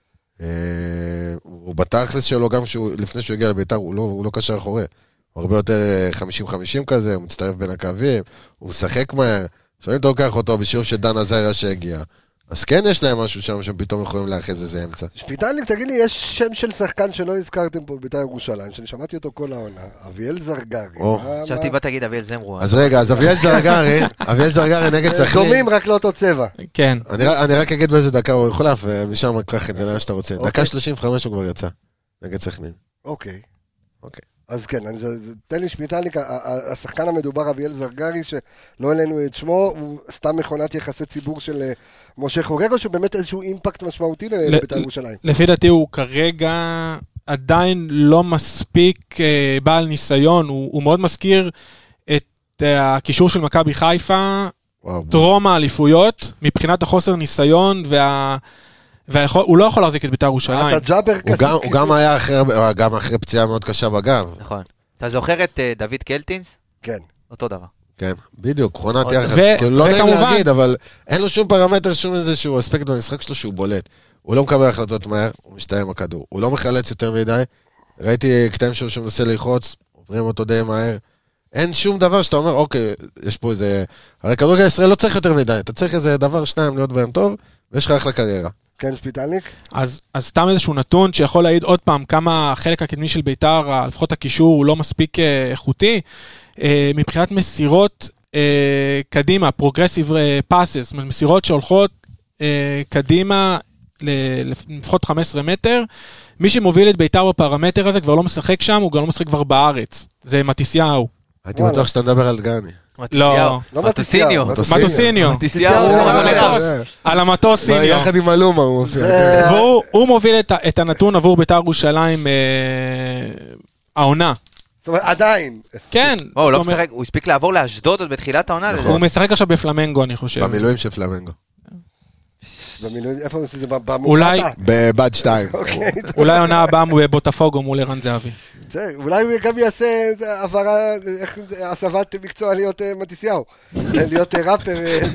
הוא בתכלס שלו גם לפני שהוא הגיע לביתר, הוא לא קשר אחורי, הוא הרבה יותר 50-50 כזה, הוא מצטרף בין הקווים, הוא משחק מהר, עכשיו אם אתה לוקח אותו בשיעור שדן עזריה שהגיע, אז כן יש להם משהו שם שהם פתאום יכולים לאחז איזה אמצע. שפיטלניק, תגיד לי, יש שם של שחקן שלא הזכרתם פה בבית"ר ירושלים, שאני שמעתי אותו כל העונה, אביאל זרגרי. חשבתי בא תגיד אביאל זמרו. אז רגע, אז אביאל זרגרי נגד סכנין. דומים רק לא אותו צבע. כן. אני רק אגיד באיזה דקה, הוא יכול להפ, משם קח את זה לאן שאתה רוצה. דקה 35 הוא כבר יצא, נגד סכנין. אוקיי. אז כן, תן לי שפיטלניק, השחקן המדובר אביאל זרגרי, שלא אלינו את שמו, הוא סתם מכונת יחסי ציבור של משה חוגג, או שהוא באמת איזשהו אימפקט משמעותי לבית"ר ירושלים? לפי דעתי הוא כרגע עדיין לא מספיק בעל ניסיון, הוא מאוד מזכיר את הקישור של מכבי חיפה, טרום האליפויות, מבחינת החוסר ניסיון הוא לא יכול להחזיק את בית"ר ירושלים. הוא גם היה אחרי פציעה מאוד קשה בגב. נכון. אתה זוכר את דוד קלטינס? כן. אותו דבר. כן, בדיוק, כרונת יחס. לא נעים להגיד, אבל אין לו שום פרמטר, שום איזשהו אספקט במשחק שלו שהוא בולט. הוא לא מקבל החלטות מהר, הוא משתהיה עם הכדור. הוא לא מחלץ יותר מדי. ראיתי קטעים שלו שמנסה ללחוץ, עוברים אותו די מהר. אין שום דבר שאתה אומר, אוקיי, יש פה איזה... הרי כדורגל ישראל לא צריך יותר מדי. אתה צריך איזה דבר, שניים להיות בהם טוב, ויש לך אחלה קריירה. כן, שפיטלניק? אז סתם איזשהו נתון שיכול להעיד עוד פעם כמה החלק הקדמי של בית"ר, לפחות הקישור, הוא לא מספיק איכותי. מבחינת מסירות קדימה, progressive passes, מסירות שהולכות קדימה לפחות 15 מטר, מי שמוביל את בית"ר בפרמטר הזה כבר לא משחק שם, הוא גם לא משחק כבר בארץ. זה מטיסיהו. הייתי בטוח שאתה מדבר על דגני. לא, מטוסיניו. מטוסיניו. על המטוסיניו. יחד עם אלומה הוא מופיע. והוא מוביל את הנתון עבור בית"ר ירושלים העונה. זאת אומרת, עדיין. כן. הוא לא משחק, הוא הספיק לעבור לאשדוד עוד בתחילת העונה. הוא משחק עכשיו בפלמנגו, אני חושב. במילואים של פלמנגו. במילואים, איפה זה? במוקטה? אולי... בבד 2. אולי עונה הבאה בבוטפוגו מול ערן זהבי. אולי הוא גם יעשה עברה, הסבת מקצוע להיות מטיסיהו. להיות ראפר.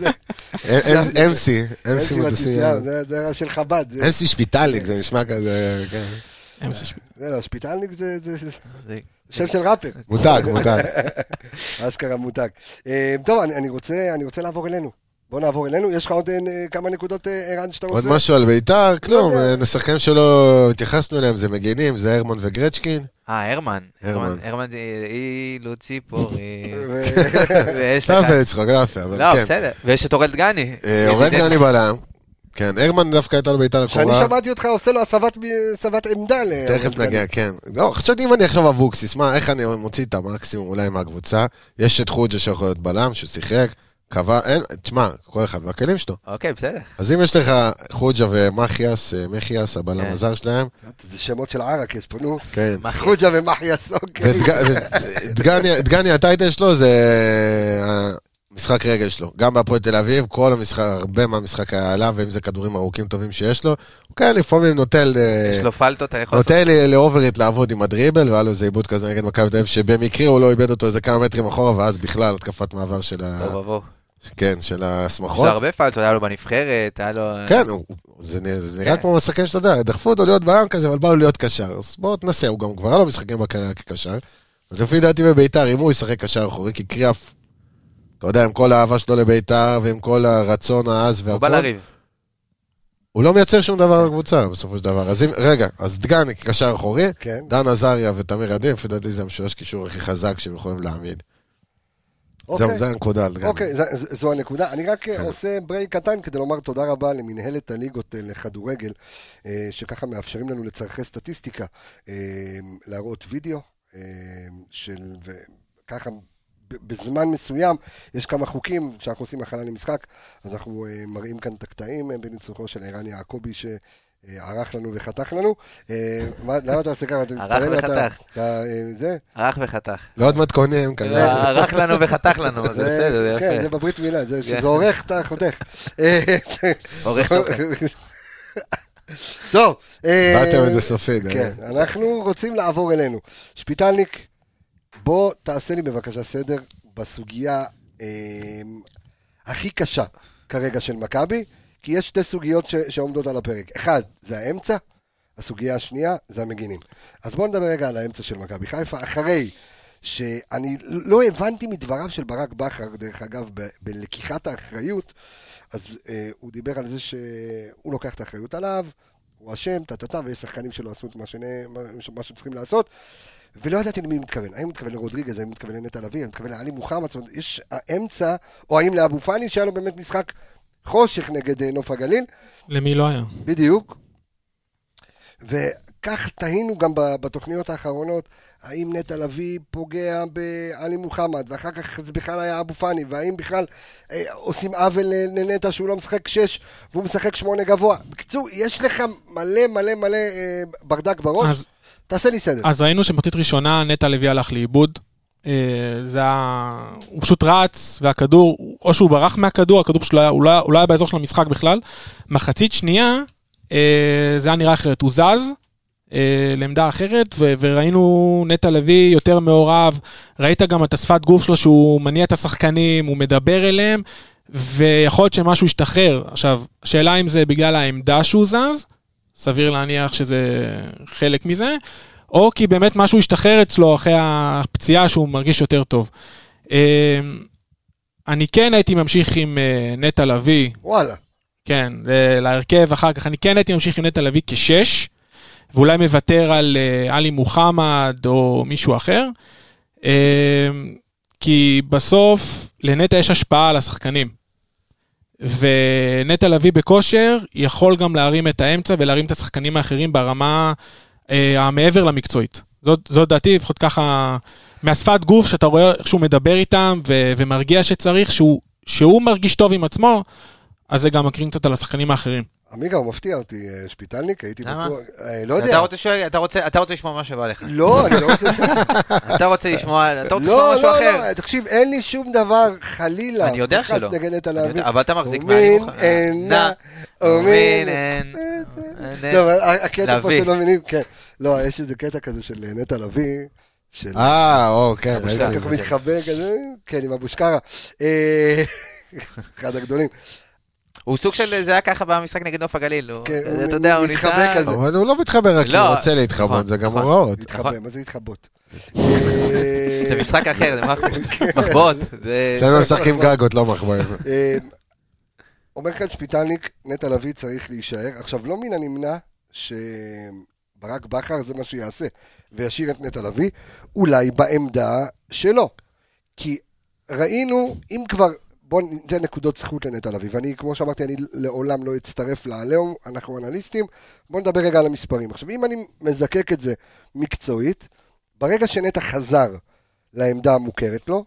MC מטיסיהו, זה של חב"ד. MC שפיטלניק, זה נשמע כזה... זה לא, שפיטלניק זה שם של ראפר. מותג. אשכרה מותג. טוב, אני רוצה לעבור אלינו. בוא נעבור אלינו, יש לך עוד כמה נקודות, ערן, שאתה רוצה? עוד משהו על בית"ר? כלום, נשחקנים שלא התייחסנו אליהם, זה מגינים, זה הרמן וגרצ'קין. הרמן זה אילו ציפורי. סתם וצחוק, יפה, אבל כן. לא, בסדר, ויש את אורל דגני. אורל דגני בלם. כן, הרמן דווקא הייתה לו בית"ר לקורה. שאני שמעתי אותך עושה לו הסבת עמדה. תכף נגיע, כן. לא, חשבתי אם אני עכשיו אבוקסיס, מה, איך אני מוציא את המקסימום אולי מהקבוצה? יש את חוג'ה שיכול להיות בלם, שהוא שיחק. תשמע, כל אחד והכלים שלו. אוקיי, בסדר. אז אם יש לך חוג'ה ומחיאס, הבלם הזר שלהם. זה שמות של ערק, יש פה, נו. כן. חוג'ה ומחיאס, אוקיי. דגני, הטייטל שלו זה המשחק רגל שלו. גם בהפועל תל אביב, כל המשחק, הרבה מהמשחק היה עליו, ואם זה כדורים ארוכים טובים שיש לו, הוא כן, לפעמים נוטל... יש לו פלטות, נוטל לאוברית לעבוד עם הדריבל, והיה לו איזה עיבוד כזה נגד מכבי תל אביב, שבמקרה הוא לא איבד אותו איזה כמה מטרים אחורה, ואז בכלל התקפת מעבר של ה... כן, של הסמכות. יש לו הרבה פלטות, היה לו בנבחרת, היה לו... כן, זה נראה כמו משחקן שאתה יודע, דחפו אותו להיות בלם כזה, אבל בא לו להיות קשר. אז בואו תנסה, הוא גם כבר היה לו משחקים בקריירה כקשר. אז לפי דעתי בביתר, אם הוא ישחק קשר אחורי, כי קריאף, אתה יודע, עם כל האהבה שלו לביתר, ועם כל הרצון העז והכל. הוא בא לריב. הוא לא מייצר שום דבר לקבוצה, בסופו של דבר. אז רגע, אז דגני כקשר אחורי, דן עזריה ותמיר עדי, לפי דעתי זה המשולש קישור הכי חזק שהם יכולים להעמיד. זה הנקודה. אוקיי, זו הנקודה. אני רק עושה ברייק קטן כדי לומר תודה רבה למנהלת הליגות לכדורגל, שככה מאפשרים לנו לצרכי סטטיסטיקה, להראות וידאו, וככה בזמן מסוים יש כמה חוקים שאנחנו עושים הכנה למשחק, אז אנחנו מראים כאן את הקטעים בניצוחו של ערן יעקובי שערך לנו וחתך לנו. למה אתה עושה ככה? ערך וחתך. ערך וחתך. לא עוד מתכונים כזה. ערך לנו וחתך לנו, זה בסדר, זה יפה. כן, זה בברית מילה, זה עורך, אתה חותך. עורך תוכן. טוב. באתם את זה סופית. כן, אנחנו רוצים לעבור אלינו. שפיטלניק, בוא תעשה לי בבקשה סדר בסוגיה הכי קשה כרגע של מכבי, כי יש שתי סוגיות שעומדות על הפרק. אחד, זה האמצע, הסוגיה השנייה, זה המגינים. אז בואו נדבר רגע על האמצע של מכבי חיפה, אחרי שאני לא הבנתי מדבריו של ברק בכר, דרך אגב, בלקיחת האחריות, אז הוא דיבר על זה שהוא לוקח את האחריות עליו, הוא אשם, ויש שחקנים שלא עשו את מה שהם צריכים לעשות, ולא ידעתי למי מתכוון, האם מתכוון לרודריגז, האם מתכוון לנטע לביא, האם מתכוון לעלי מוחמד, זאת אומרת, יש האמצע, או האם לאבו פאני, שהיה לו באמת משחק חושך נגד נוף הגליל. למי לא היה? בדיוק. וכך תהינו גם בתוכניות האחרונות, האם נטע לביא פוגע בעלי מוחמד, ואחר כך זה בכלל היה אבו פאני, והאם בכלל עושים עוול לנטע שהוא לא משחק 6, והוא משחק 8 גבוה. בקיצור, יש לך מלא ברדק בראש. תעשה לי סדר. אז ראינו שמחצית ראשונה נטע לביא הלך לאיבוד. הוא פשוט רץ, והכדור, או שהוא ברח מהכדור, הכדור פשוט לא היה באזור של המשחק בכלל. מחצית שנייה, זה היה נראה אחרת. הוא זז לעמדה אחרת, וראינו נטע לביא יותר מעורב. ראית גם את השפת גוף שלו, שהוא מניע את השחקנים, הוא מדבר אליהם, ויכול להיות שמשהו ישתחרר. עכשיו, השאלה אם זה בגלל העמדה שהוא זז, סביר להניח שזה חלק מזה, או כי באמת משהו ישתחרר אצלו אחרי הפציעה שהוא מרגיש יותר טוב. אני כן הייתי ממשיך עם נטע לביא. וואלה. כן, להרכב אחר כך. אני כן הייתי ממשיך עם נטע לביא כ6, ואולי מוותר על עלי מוחמד או מישהו אחר, כי בסוף לנטע יש השפעה על השחקנים. ונטע לביא בכושר יכול גם להרים את האמצע ולהרים את השחקנים האחרים ברמה המעבר למקצועית. זאת דעתי, לפחות ככה, מהשפת גוף שאתה רואה איך שהוא מדבר איתם, ומרגיע שצריך, שהוא מרגיש טוב עם עצמו, אז זה גם מקרין קצת על השחקנים האחרים. עמיגה, הוא מפתיע אותי, שפיטלניק, הייתי בטוח, לא יודע. אתה רוצה לשמוע מה שבא לך. לא, אני לא רוצה... אתה רוצה לשמוע משהו אחר. לא, תקשיב, אין לי שום דבר, חלילה. אני יודע שלא. אבל אתה מחזיק אומין אינה, אומין לא, הקטע פה שלא מבינים, כן. לא, יש איזה קטע כזה של נטע לביא, כן. ככה מתחבא כזה, כן, עם אבושקרה. אחד הגדולים. הוא סוג של, זה היה ככה במשחק נגד נוף הגליל, אתה יודע, הוא מתחבא כזה. אבל הוא לא מתחבא רק כי הוא רוצה להתחבות, זה גם הוראות. להתחבא, מה זה להתחבות? זה משחק אחר, זה מחבאות. אצלנו משחקים גגות, לא מחבאים. אומר כאן שפיטלניק, נטע לביא צריך להישאר. עכשיו, לא מן הנמנע שברק בכר זה מה שיעשה, וישאיר את נטע לביא, אולי בעמדה שלו. כי ראינו, אם כבר... בואו ניתן נקודות זכות לנטע לביא, ואני, כמו שאמרתי, אני לעולם לא אצטרף לעליהום, אנחנו אנליסטים, בואו נדבר רגע על המספרים. עכשיו, אם אני מזקק את זה מקצועית, ברגע שנטע חזר לעמדה המוכרת לו,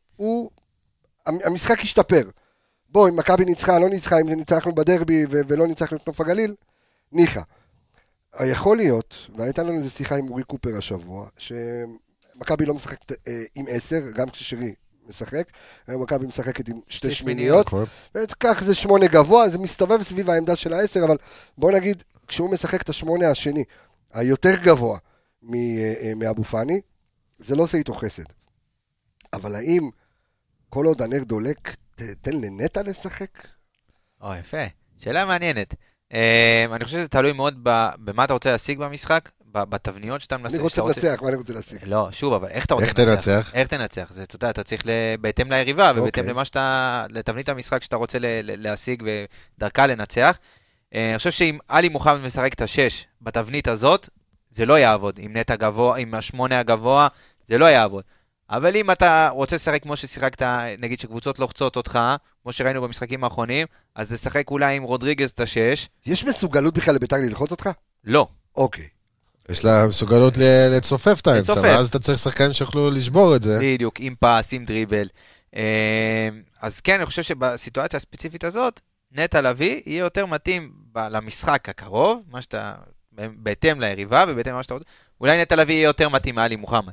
המשחק השתפר. בואו, אם מכבי ניצחה, לא ניצחה, אם זה ניצחנו בדרבי ולא ניצחנו את נוף הגליל, ניחא. יכול להיות, והייתה לנו איזו שיחה עם אורי קופר השבוע, שמכבי לא משחקת עם 10, גם כששרי משחק, היום מכבי משחקת עם 2 שמיניות, וכך זה 8 גבוה, זה מסתובב סביב העמדה של 10, אבל בואו נגיד, כשהוא משחק את 8 השני, היותר גבוה מאבו פאני, זה לא עושה איתו חסד. אבל האם כל עוד הנר דולק, תן לנטע לשחק? יפה, שאלה מעניינת. אני חושב שזה תלוי מאוד במה אתה רוצה להשיג במשחק, בתבניות שאתה מנסה. אני רוצה לנצח, מה אני רוצה להשיג? לא, שוב, אבל איך אתה רוצה לנצח? איך תנצח? זה, אתה צריך בהתאם ליריבה, ובהתאם למה לתבנית המשחק שאתה רוצה להשיג ודרכה לנצח. אני חושב שאם אלי מוחמד משחק את 6 בתבנית הזאת, זה לא יעבוד. עם נטע גבוה, עם 8 הגבוה, זה לא יעבוד. אבל אם אתה רוצה לשחק כמו ששיחקת, נגיד שקבוצות לוחצות אותך, כמו שראינו במשחקים האחרונים, אז לשחק אולי עם רודריגז את 6. יש מסוגלות בכלל לביתר ללחוץ אותך? לא. אוקיי. יש לה מסוגלות לצופף את האמצע, ואז אתה צריך שחקנים שיוכלו לשבור את זה. בדיוק, עם פס, עם דריבל. אז כן, אני חושב שבסיטואציה הספציפית הזאת, נטע לביא יהיה יותר מתאים למשחק הקרוב, מה שאתה, בהתאם ליריבה ובהתאם למה שאתה רוצה. אולי נטע לביא יהיה יותר מתאים מעלי מוחמד.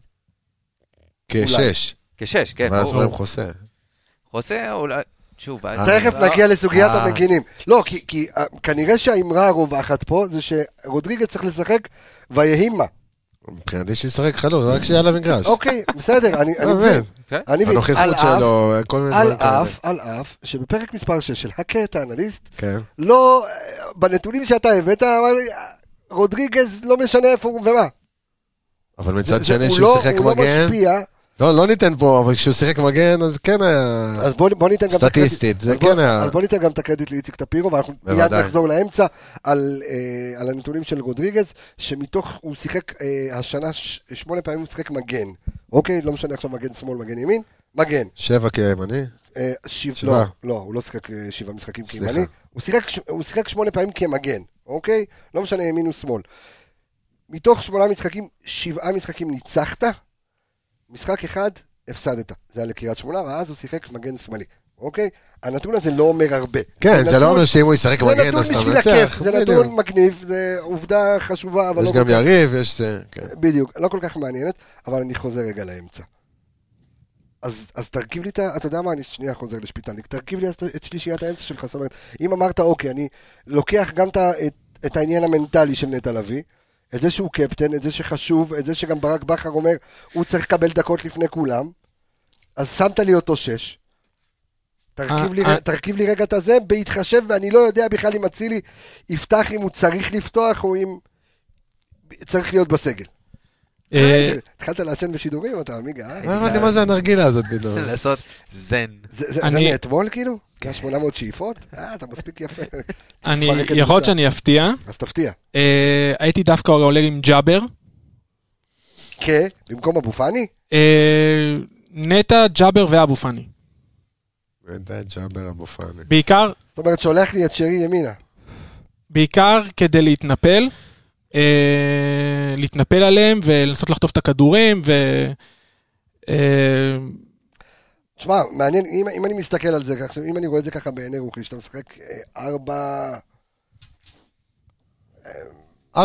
כשש, כן. ואז אומרים חוסה. חוסה, אולי... תכף נגיע לסוגיית המגינים. לא, כי כנראה שהאמרה הרווחת פה זה שרודריגז צריך לשחק ויהימה. מבחינתי שישחק חלוץ, רק שיהיה על המגרש. אוקיי, בסדר, אני מבין. הנוכחות שלו, כל מיני דברים כאלה. על אף שבפרק מספר 6 של הקטע האנליסט, לא, בנתונים שאתה הבאת, רודריגז לא משנה איפה הוא ומה. אבל מצד שני שהוא שיחק מגן. הוא לא משפיע. לא ניתן פה, אבל כשהוא שיחק מגן, אז כן היה... אז בוא ניתן גם סטטיסטית, זה כן היה... אז בוא ניתן גם את הקרדיט לאיציק טפירו, ואנחנו מיד נחזור לאמצע על הנתונים של רודריגז, שמתוך, הוא שיחק השנה 8 פעמים הוא שיחק מגן. אוקיי, לא משנה עכשיו מגן שמאל, מגן ימין, מגן. 7 כימני? לא, הוא לא שיחק 7 משחקים כימני. הוא שיחק 8 פעמים כמגן, אוקיי? לא משנה ימין ושמאל. מתוך 8 משחקים, 7 משחקים ניצחת, משחק אחד, הפסדת. זה היה לקריית שמונה, ואז הוא שיחק מגן שמאלי. אוקיי? הנתון הזה לא אומר הרבה. כן, זה לא אומר שאם הוא ישחק מגן, אז אתה מנצח. זה נתון מגניב, זה עובדה חשובה, אבל לא... יש גם יריב, יש זה... בדיוק, לא כל כך מעניינת, אבל אני חוזר רגע לאמצע. אז תרכיב לי אתה יודע מה, אני שנייה חוזר לשפיטלניק, תרכיב לי את שלישיית האמצע שלך, זאת אומרת, אם אמרת, אוקיי, אני לוקח גם את העניין המנטלי של נטע לביא, את זה שהוא קפטן, את זה שחשוב, את זה שגם ברק בכר אומר, הוא צריך לקבל דקות לפני כולם, אז שמת לי אותו 6, תרכיב לי רגע את הזה, בהתחשב, ואני לא יודע בכלל אם אצילי יפתח אם הוא צריך לפתוח, או אם צריך להיות בסגל. התחלת לעשן בשידורים, אתה עמיגה? לא הבנתי מה זה הנרגילה הזאת פתאום. לעשות זן. זה מאתמול כאילו? 800 שאיפות? אתה מספיק יפה. יכול להיות שאני אפתיע. אז תפתיע. הייתי דווקא עולה עם ג'אבר. כן? במקום אבו פאני? נטע, ג'אבר ואבו פאני. נטע, ג'אבר, אבו פאני. בעיקר... זאת אומרת, שולח לי את שרי ימינה. בעיקר כדי להתנפל. להתנפל עליהם ולנסות לחטוף את הכדורים, תשמע, מעניין, אם אני מסתכל על זה, אם אני רואה את זה ככה בעיני רוחי, שאתה משחק 4-3-3, 4-2-3-1.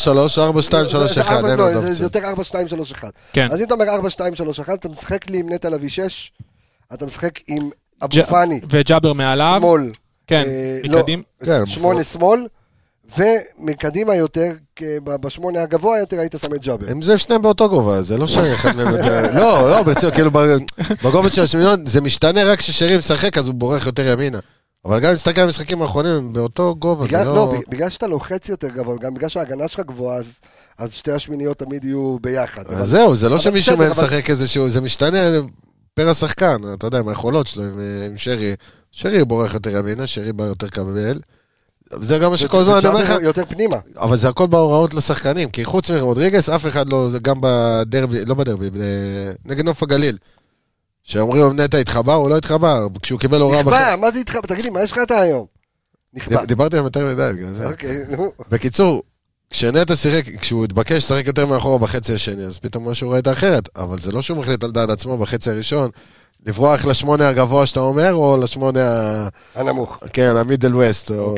לא, זה יותר 4-2-3-1. אז אם אתה אומר 4-2-3-1, אתה משחק לי עם נטע לביא 6, אתה משחק עם אבו פאני. וג'אבר מעליו. שמאל. כן, מקדים. 8 שמאל. ומקדימה יותר, בשמונה הגבוה יותר היית שם את ג'אבר. הם זה שניהם באותו גובה, זה לא שאחד מהם יותר... לא, ברצינות, כאילו בגובה של השמיון, זה משתנה רק כששרי משחק, אז הוא בורח יותר ימינה. אבל גם נסתכל על המשחקים האחרונים, באותו גובה, זה לא... לא, בגלל שאתה לוחץ יותר גבוה, גם בגלל שההגנה שלך גבוהה, אז שתי השמיניות תמיד יהיו ביחד. אז זהו, זה לא שמישהו מהם משחק איזשהו, זה משתנה פר השחקן, אתה יודע, עם היכולות שלו, עם שרי. שרי בורח יותר ימינה, שרי בא יותר קבל. זה גם מה שכל זמן אני אומר לך, יותר פנימה. אבל זה הכל בהוראות לשחקנים, כי חוץ מרודריגס, אף אחד לא, זה גם בדרבי, לא בדרבי, נגד נוף הגליל, שאומרים נטע התחבר, הוא לא התחבר, כשהוא קיבל הוראה... נכבה, מה זה התחבר? תגיד לי, מה יש לך אתה היום? נכבה. דיברתי עם יותר מדי, בגלל זה. אוקיי, נו. בקיצור, כשנטע שיחק, כשהוא התבקש לשחק יותר מאחורה בחצי השני, אז פתאום משהו ראית אחרת, אבל זה לא שהוא מחליט על דעת עצמו בחצי הראשון, לברוח לשמונה הגבוה שאתה אומר, או לשמונה... הנמוך. כן, המידל ווסט, או...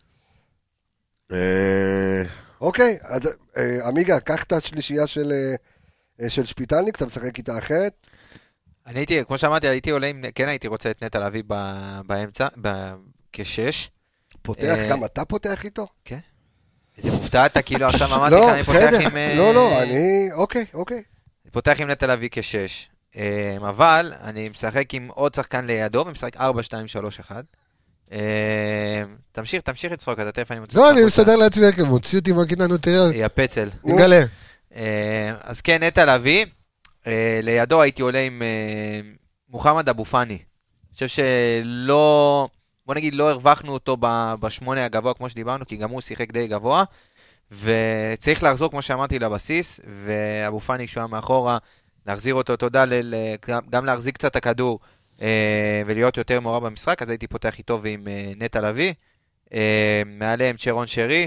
אוקיי, עמיגה, קח את השלישייה של שפיטלניק, אתה משחק איתה אחרת? אני הייתי, כמו שאמרתי, הייתי עולה, כן הייתי רוצה את נטע להביא באמצע, כשש. פותח, גם אתה פותח איתו? כן. איזה מופתעת, כאילו עכשיו אמרתי לך, אני פותח עם... לא, אוקיי. אני פותח עם נטע להביא כשש. אבל אני משחק עם עוד שחקן לידו, ומשחק 4-2-3-1. תמשיך לצחוק, אתה תכף אני מוציא... לא, אני מסדר לעצמי, מוציא אותי מהכינה נוטריה. היא הפצל. נגלה. אז כן, נטע לביא, לידו הייתי עולה עם מוחמד אבו פאני. אני חושב שלא, בוא נגיד, לא הרווחנו אותו בשמונה הגבוה כמו שדיברנו, כי גם הוא שיחק די גבוה, וצריך לחזור, כמו שאמרתי, לבסיס, ואבו פאני שהוא מאחורה, להחזיר אותו, תודה, גם להחזיק קצת הכדור, ולהיות יותר מעורב במשחק, אז הייתי פותח איתו ועם נטע לביא, מעליהם צ'רון שרי.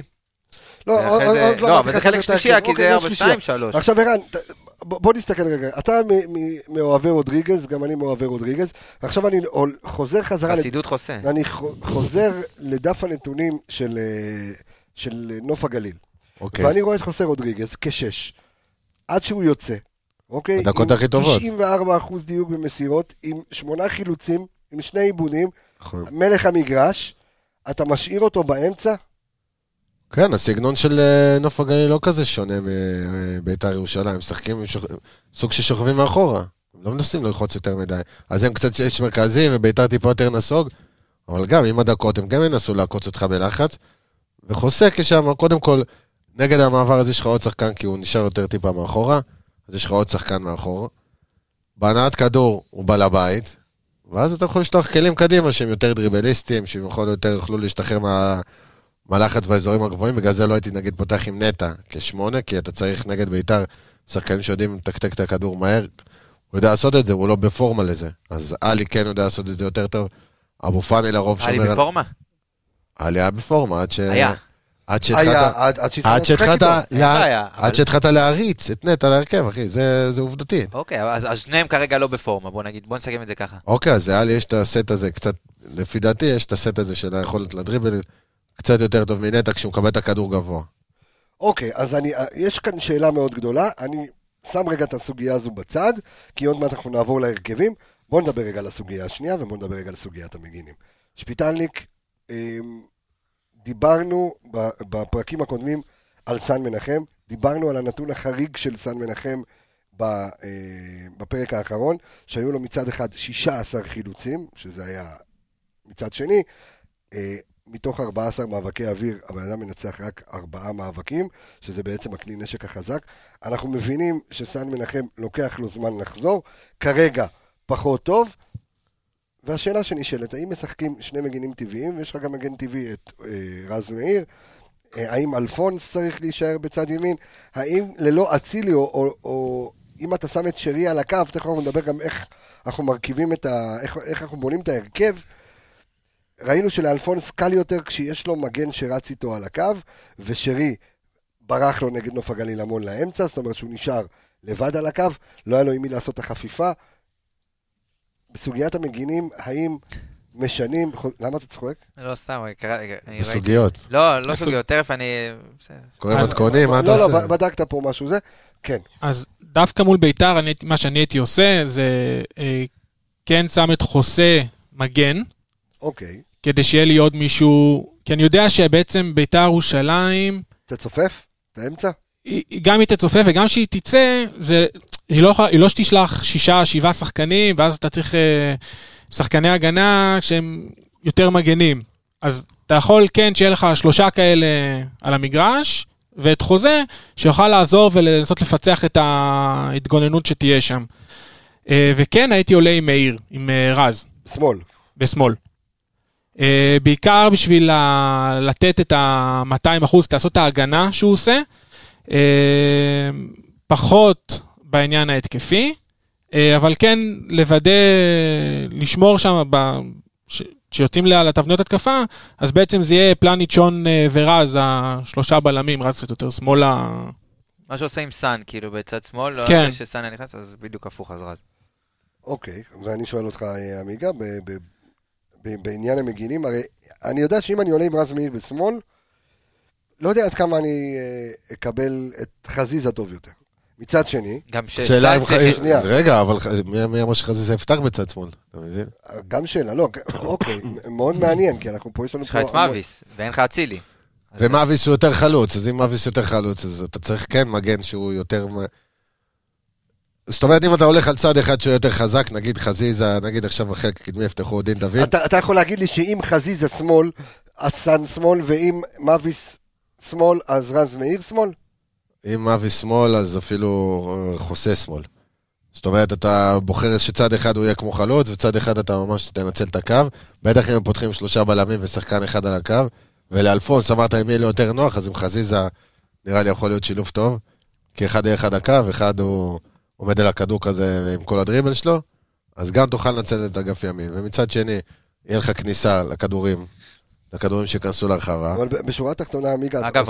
לא, אבל זה חלק שלישייה, כי זה 4-2-3. עכשיו ערן, בוא נסתכל רגע, אתה מאוהבי רודריגז, גם אני מאוהבי רודריגז, ועכשיו אני חוזר חזרה... חסידות חוסה. אני חוזר לדף הנתונים של נוף הגליל, ואני רואה את חוסה רודריגז כשש, עד שהוא יוצא. אוקיי, הדקות הכי טובות. 94% דיוק במסירות, עם 8 חילוצים, עם 2 עיבודים, מלך המגרש, אתה משאיר אותו באמצע? כן, הסגנון של נוף הגליל לא כזה שונה מבית"ר ירושלים, משחקים סוג ששוכבים מאחורה, הם לא מנסים ללחוץ יותר מדי, אז הם קצת יש מרכזי ובית"ר טיפה יותר נסוג, אבל גם עם הדקות הם גם ינסו לעקוץ אותך בלחץ, וחוסה כשם, קודם כל, נגד המעבר הזה יש לך עוד שחקן, כי הוא נשאר יותר טיפה מאחורה, אז יש לך עוד שחקן מאחור. בהנעת כדור הוא בא לבית, ואז אתה יכול לשלוח כלים קדימה שהם יותר דריבליסטים, שהם יוכלו להשתחרר מהלחץ באזורים הגבוהים, בגלל זה לא הייתי נגיד פותח עם נטע כשמונה, כי אתה צריך נגד בית"ר שחקנים שיודעים לתקתק את הכדור מהר, הוא יודע לעשות את זה, הוא לא בפורמה לזה, אז אלי כן יודע לעשות את זה יותר טוב, אבו פאני לרוב שומר... אלי בפורמה? אלי היה בפורמה, עד שהתחלת להריץ את נטע להרכב, אחי, זה עובדתי. אוקיי, אז שניהם כרגע לא בפורמה, בוא נסכם את זה ככה. אוקיי, אז היה לי, יש את הסט הזה קצת, לפי דעתי, יש את הסט הזה של היכולת לדריבל, קצת יותר טוב מנטע כשהוא מקבל את הכדור גבוה. אוקיי, אז יש כאן שאלה מאוד גדולה, אני שם רגע את הסוגיה הזו בצד, כי עוד מעט אנחנו נעבור להרכבים, בואו נדבר רגע על הסוגיה השנייה, ובואו נדבר רגע על סוגיית המגינים. שפיטלניק, דיברנו בפרקים הקודמים על סן מנחם, דיברנו על הנתון החריג של סן מנחם בפרק האחרון, שהיו לו מצד אחד 16 חילוצים, שזה היה מצד שני, מתוך 14 מאבקי אוויר, הבן אדם מנצח רק 4 מאבקים, שזה בעצם הכלי נשק החזק. אנחנו מבינים שסן מנחם לוקח לו זמן לחזור, כרגע פחות טוב, והשאלה שנשאלת, האם משחקים שני מגינים טבעיים, ויש לך גם מגן טבעי את רז מאיר, האם אלפונס צריך להישאר בצד ימין, האם ללא אצילי, או אם אתה שם את שרי על הקו, תכף אנחנו נדבר גם איך אנחנו מרכיבים איך אנחנו בונים את ההרכב, ראינו שלאלפונס קל יותר כשיש לו מגן שרץ איתו על הקו, ושרי ברח לו נגד נוף הגליל המון לאמצע, זאת אומרת שהוא נשאר לבד על הקו, לא היה לו עם מי לעשות את החפיפה. בסוגיית המגינים, האם משנים, למה אתה צחוק? לא, סתם, בסוגיות. לא סוגיות, תכף אני... קוראים מתכונים, מה אתה עושה? לא, בדקת פה משהו זה? כן. אז דווקא מול ביתר, מה שאני הייתי עושה, זה כן שם את חוסה מגן. אוקיי. כדי שיהיה לי עוד מישהו, כי אני יודע שבעצם ביתר ירושלים... תצופף? באמצע? גם היא תצופף וגם שהיא תצא, היא לא שתשלח 6-7 שחקנים, ואז אתה צריך שחקני הגנה שהם יותר מגנים. אז אתה יכול כן שיהיה לך 3 כאלה על המגרש, ואת חוזה שיוכל לעזור ולנסות לפצח את ההתגוננות שתהיה שם. וכן הייתי עולה עם מאיר, עם רז. שמאל. בשמאל. בעיקר בשביל לתת את ה-200%, לעשות את ההגנה שהוא עושה, פחות בעניין ההתקפי, אבל כן לוודא, לשמור שם, שיוצאים לתבניות התקפה, אז בעצם זה יהיה פלניץ' שון ורז, 3 בלמים, רז קצת יותר שמאלה. מה שעושה עם סן, כאילו בצד שמאל, לא כן. שסן נכנס, אז בדיוק הפוך, אז רז. אוקיי, ואני שואל אותך, עמיגה, בעניין המגינים, הרי אני יודע שאם אני עולה עם רז מאיר בשמאל, לא יודע עד כמה אני אקבל את חזיזה טוב יותר. מצד שני, גם שאלה אם רגע, אבל מי אמר שחזיזה יפתח בצד שמאל? אתה מבין? גם שאלה, לא, אוקיי, מאוד מעניין, כי אנחנו פה יש לנו... יש לך את מאביס, ואין לך אצילי. ומאביס הוא יותר חלוץ, אז אם מאביס יותר חלוץ, אז אתה צריך כן מגן שהוא יותר... זאת אומרת, אם אתה הולך על צד אחד שהוא יותר חזק, נגיד חזיזה, נגיד עכשיו החלק הקדמי יפתחו דין דוד. אתה יכול להגיד לי שאם חזיזה שמאל, אז סן שמאל, ואם מאביס שמאל, אז רז מאיר שמאל? אם מאביס שמאל, אז אפילו חוסה שמאל. זאת אומרת, אתה בוחר שצד אחד הוא יהיה כמו חלוץ, וצד אחד אתה ממש תנצל את הקו, בטח אם הם פותחים 3 בלמים ושחקן אחד על הקו, ולאלפונס אמרת אם יהיה לי יותר נוח, אז עם חזיזה נראה לי יכול להיות שילוב טוב, כי אחד יהיה אחד הקו, אחד הוא עומד על הכדור כזה עם כל הדריבל שלו, אז גם תוכל לנצל את אגף ימין, ומצד שני, יהיה לך כניסה לכדורים שכנסו להרחבה. אבל בשורה התחתונה, עמיגה, אגב,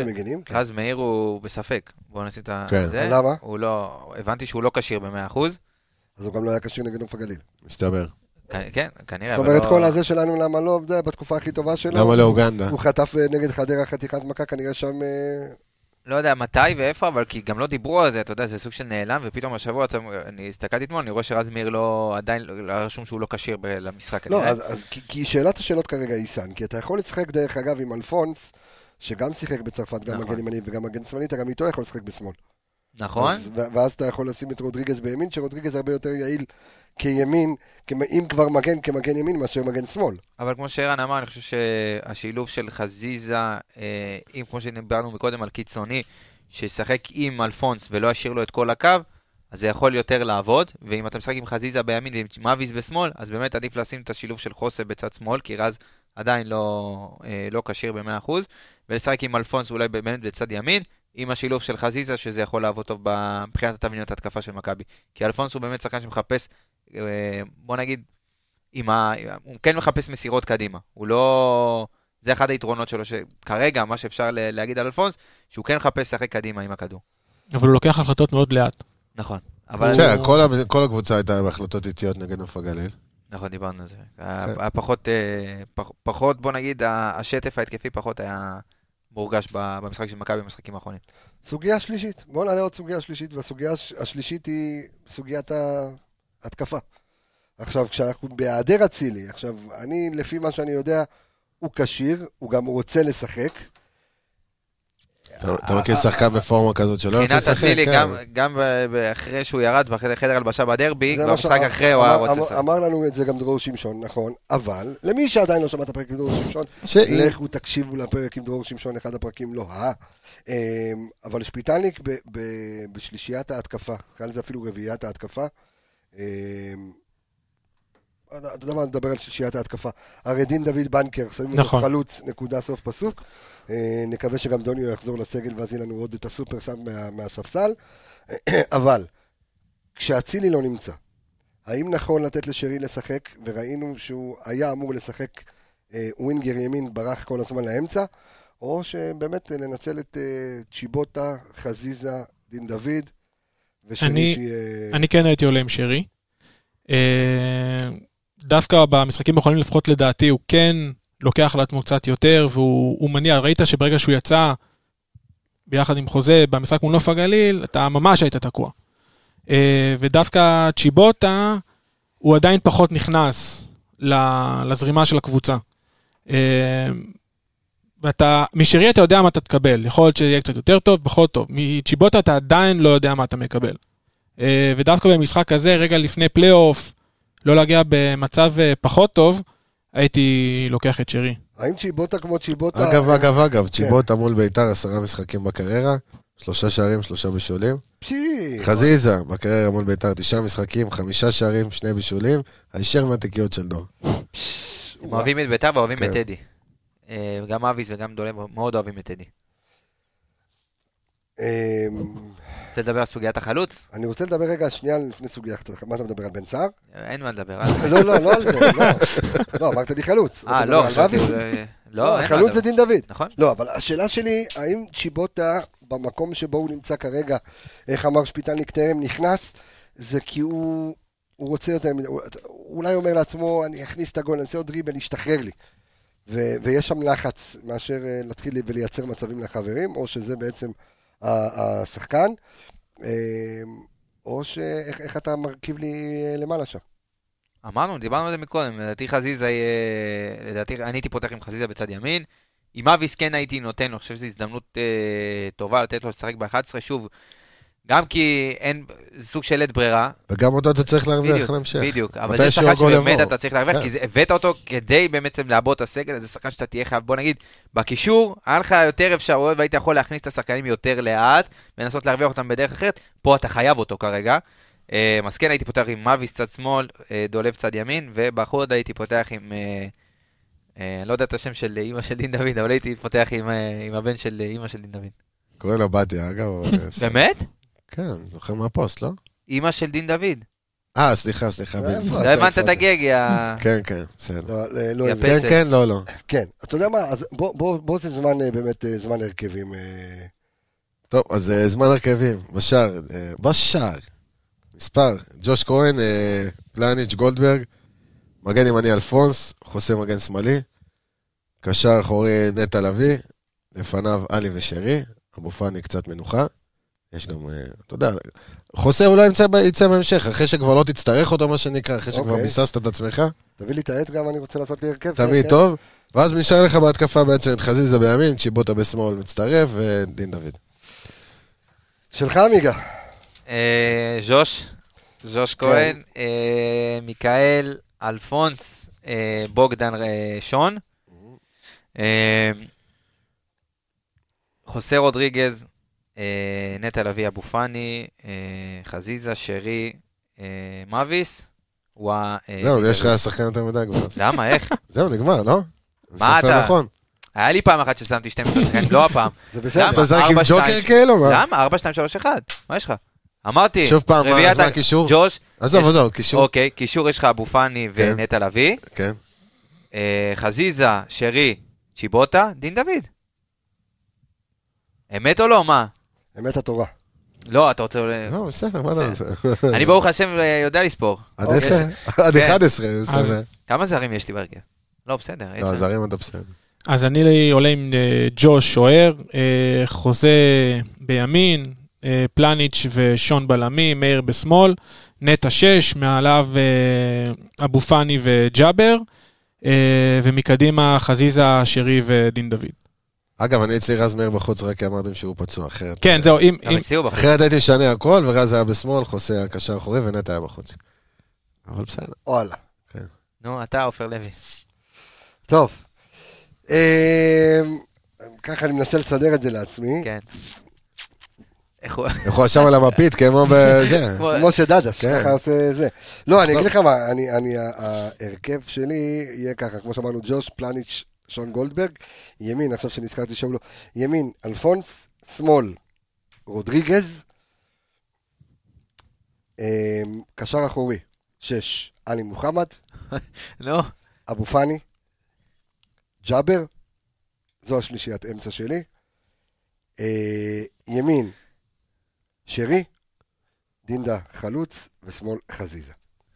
רז מאיר הוא בספק. בואו נשים את זה. למה? הבנתי שהוא לא קשיר ב100%. אז הוא גם לא היה קשיר נגד נוף הגליל. מסתבר. כן, כנראה. זאת אומרת, כל הזה שלנו, למה לא, זה בתקופה הכי טובה שלו. למה לא אוגנדה? הוא חטף נגד חדרה חתיכת מכה, כנראה שם... לא יודע מתי ואיפה, אבל כי גם לא דיברו על זה, אתה יודע, זה סוג של נעלם, ופתאום השבוע, אני הסתכלתי אתמול, אני רואה שרז מאיר עדיין לא רשום שהוא לא קשיר למשחק. לא, כי שאלת השאלות כרגע היא סן, כי אתה יכול לשחק דרך אגב עם אלפונס, שגם שיחק בצרפת, גם מגן ימני וגם מגן שמאלי, אתה גם איתו יכול לשחק בשמאל. נכון. ואז אתה יכול לשים את רודריגז בימין, שרודריגז הרבה יותר יעיל כימין, אם כבר מגן כמגן ימין, מאשר מגן שמאל. אבל כמו שערן אמר, אני חושב שהשילוב של חזיזה, אם כמו שדיברנו מקודם על קיצוני, שישחק עם אלפונס ולא ישאיר לו את כל הקו, אז זה יכול יותר לעבוד, ואם אתה משחק עם חזיזה בימין ועם מאביס בשמאל, אז באמת עדיף לשים את השילוב של חוסה בצד שמאל, כי רז עדיין לא קשיר ב100%, ולשחק עם אלפונס אולי באמת בצד ימין, עם השילוב של חזיזה, שזה יכול לעבוד טוב מבחינת התבניות התקפה של מכבי. כי אלפונס הוא באמת שחקן שמחפש, בוא נגיד, הוא כן מחפש מסירות קדימה. הוא לא... זה אחד היתרונות שלו, שכרגע מה שאפשר להגיד על אלפונס, שהוא כן מחפש לשחק קדימה עם הכדור. אבל הוא לוקח החלטות מאוד לאט. נכון. כל הקבוצה הייתה בהחלטות איטיות נגד נוף הגליל. נכון, דיברנו על זה. פחות, בוא נגיד, השטף ההתקפי פחות היה מורגש במשחק של מכבי במשחקים האחרונים. סוגיה שלישית. בואו נעלה עוד סוגיה שלישית, והסוגיה השלישית היא סוגיית ההתקפה. עכשיו, כשאנחנו בהיעדר אצילי, עכשיו, אני, לפי מה שאני יודע, הוא קשיר, הוא גם רוצה לשחק. אתה מכיר שחקן בפורמה כזאת שלא רוצה לשחק? מבחינת אצילי, גם אחרי שהוא ירד בחדר הלבשה בדרבי, במשחק אחרי הוא היה רוצה לשחק. אמר לנו את זה גם דרור שמשון, נכון, אבל למי שעדיין לא שמע את הפרק עם דרור שמשון, לכו תקשיבו לפרק עם דרור שמשון, אחד הפרקים לא אבל שפיטלניק בשלישיית ההתקפה, כאן זה אפילו רביעיית ההתקפה, אתה יודע מה, נדבר על שלישיית ההתקפה, הרי דין דוד בנקר, שמים אותו חלוץ, נקודה סוף פסוק, נקווה שגם דוניו יחזור לסגל ואז יהיה לנו עוד את הסופר סאב מהספסל, אבל כשאצילי לא נמצא, האם נכון לתת לשרי לשחק, וראינו שהוא היה אמור לשחק ווינגר ימין ברח כל הזמן לאמצע, או שבאמת לנצל את צ'יבוטה, חזיזה, דין דוד, ושני שיהיה... אני כן הייתי עולה עם שרי. דווקא במשחקים האחרונים, לפחות לדעתי, הוא כן לוקח לעצמו קצת יותר, והוא מניע, ראית שברגע שהוא יצא ביחד עם חוזה במשחק מול נוף הגליל, אתה ממש היית תקוע. ודווקא צ'יבוטה, הוא עדיין פחות נכנס לזרימה של הקבוצה. ואתה, משרי אתה יודע מה אתה תקבל, יכול להיות שיהיה קצת יותר טוב, פחות טוב. מצ'יבוטה אתה עדיין לא יודע מה אתה מקבל. ודווקא במשחק הזה, רגע לפני פלייאוף, לא להגיע במצב פחות טוב, הייתי לוקח את שרי. האם צ'יבוטה כמו צ'יבוטה... אגב, צ'יבוטה מול ביתר 10 משחקים בקריירה, 3 שערים, 3 בישולים. חזיזה בקריירה מול ביתר 9 משחקים, 5 שערים, 2 בישולים, הישר מהתיקיות של דור. הם אוהבים את ביתר ואוהבים את טדי. גם אביס וגם דולב מאוד אוהבים את טדי. רוצה לדבר על סוגיית החלוץ? אני רוצה לדבר רגע שנייה לפני סוגיית, מה אתה מדבר על בן סער? אין מה לדבר. לא על זה, לא, אמרת לי חלוץ. לא, החלוץ זה דין דוד. נכון. לא, אבל השאלה שלי, האם צ'יבוטה במקום שבו הוא נמצא כרגע, איך אמר שפיטלניק טרם נכנס, זה כי הוא רוצה יותר, אולי אומר לעצמו, אני אכניס את הגול, אני אעשה עוד דריבל, ישתחרר לי. ויש שם לחץ מאשר להתחיל ולייצר מצבים לחברים, או שזה בעצם השחקן, או שאיך אתה מרכיב לי למעלה שם. דיברנו על זה מקודם, לדעתי חזיזה, לדעתי אני הייתי פותח עם חזיזה בצד ימין, עם אביס כן הייתי נותן, אני חושב שזו הזדמנות טובה לתת לו לשחק ב-11, שוב, גם כי אין סוג של עת ברירה. וגם אותו אתה צריך להרוויח להמשך. בדיוק, אבל זה שחקן שבאמת אתה צריך להרוויח, כי הבאת אותו כדי באמת לעבוד את הסגל, זה שחקן שאתה תהיה חייב, בוא נגיד, בקישור, היה לך יותר אפשרויות, והיית יכול להכניס את השחקנים יותר לאט, ולנסות להרוויח אותם בדרך אחרת, פה אתה חייב אותו כרגע. מסכן הייתי פותח עם מביס צד שמאל, דולב צד ימין, ובחוד הייתי פותח עם, לא יודע את השם של אמא של דין דוד, אבל הייתי פותח עם הבן של אמא של דין דוד. קוראים לה בתיה, אגב. באמת? כן, זוכר מהפוסט, לא? אמא של דין דוד. סליחה. לא הבנת את הגג, כן, בסדר. כן, לא. כן, אתה יודע מה, בוא זה זמן, באמת זמן הרכבים. טוב, אז זמן הרכבים, בשער. מספר, ג'וש כהן, פלניץ' גולדברג, מגן ימני אלפונס, חוסה מגן שמאלי, קשר אחורי נטע לביא, לפניו אלי ושרי, אבו פאני קצת מנוחה, יש גם, אתה יודע, חוסה אולי יצא בהמשך, אחרי שכבר לא תצטרך אותו מה שנקרא, אחרי שכבר ביססת את עצמך. תביא לי את העט גם, אני רוצה לעשות לי הרכב. תמיד טוב, ואז נשאר לך בהתקפה בעצם את חזיזה בימין, צ'יבוטה בשמאל מצטרף, ודין דוד. שלך עמיגה. ז'וש כהן, מיקאל, אלפונס, בוגדן שון, חוסה רודריגז, נטע לביא אבו פאני, חזיזה, שרי, מביס. זהו, יש לך שחקן יותר מדי כבר. למה, איך? זהו, נגמר, לא? מה אתה? היה לי פעם אחת ששמתי 12 שחקנים, לא הפעם. זה בסדר. אתה זרק עם ג'וקר כאילו? למה? 4, 2, 3, 1. מה יש לך? אמרתי. שוב פעם, אז מה קישור? ג'וש. עזוב, קישור. אוקיי, קישור יש לך אבו פאני ונטע לביא. כן. חזיזה, שרי, צ'יבוטה, דין דוד. אמת או לא? מה? אמת התורה. לא, אתה רוצה... לא, בסדר, מה אתה רוצה? אני ברוך השם יודע לספור. עד 10? עד 11. כמה זרים יש לי בהרכב? לא, בסדר. לא, זרים אתה בסדר. אז אני עולה עם ג'וש שוער, חוזה בימין, פלניץ' ושון בלמי, מאיר בשמאל, נטע 6, מעליו אבו פאני וג'אבר, ומקדימה חזיזה, שרי ודין דוד. אגב, אני אצלי רז מאיר בחוץ רק כי אמרתם שהוא פצוע אחרת. כן, זהו, אחרת הייתי משנה הכל, ורז היה בשמאל, חוסה הקשר אחורי, ונטע היה בחוץ. אבל בסדר. וואלה. נו, אתה עופר לוי. טוב. ככה אני מנסה לסדר את זה לעצמי. כן. איך הוא שם על המפית, כמו בזה. כמו שדדש, ככה עושה זה. לא, אני אגיד לך מה, ההרכב שלי יהיה ככה, כמו שאמרנו, ג'וש, פלניץ', שון גולדברג, ימין, עכשיו שנזכרתי שוב לו, ימין, אלפונס, שמאל, רודריגז, קשר אחורי, 6, עלי מוחמד, לא. אבו פאני, ג'אבר, זו השלישיית אמצע שלי. ימין, שרי, דינדה חלוץ, ושמאל חזיזה.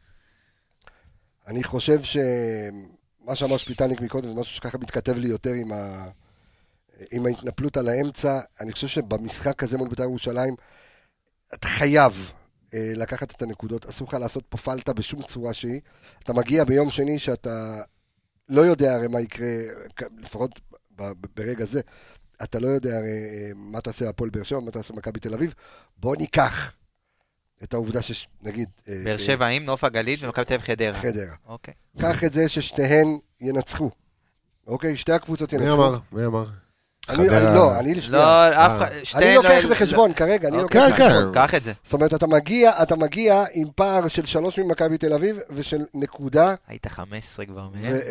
אני חושב שמה שאמר שפיטניק מקודם, זה משהו שככה מתכתב לי יותר עם ההתנפלות על האמצע. אני חושב שבמשחק הזה מול בית"ר ירושלים, אתה חייב לקחת את הנקודות, אסור לך לעשות פה פלטה בשום צורה שהיא. אתה מגיע ביום שני שאתה לא יודע הרי מה יקרה, לפחות ברגע זה, אתה לא יודע הרי מה תעשה הפועל באר שבע, מה תעשה מכבי תל אביב. בוא ניקח את העובדה שנגיד... באר שבע עם נוף הגליל ומכבי תל אביב חדרה. חדרה. אוקיי. קח את זה ששתיהן ינצחו. אוקיי? שתי הקבוצות ינצחו. מי אמר? אני לוקח בחשבון כרגע, אני לוקח בחשבון. קח את זה. זאת אומרת, אתה מגיע עם פער של 3 ממכבי תל אביב, ושל נקודה... היית 15 כבר.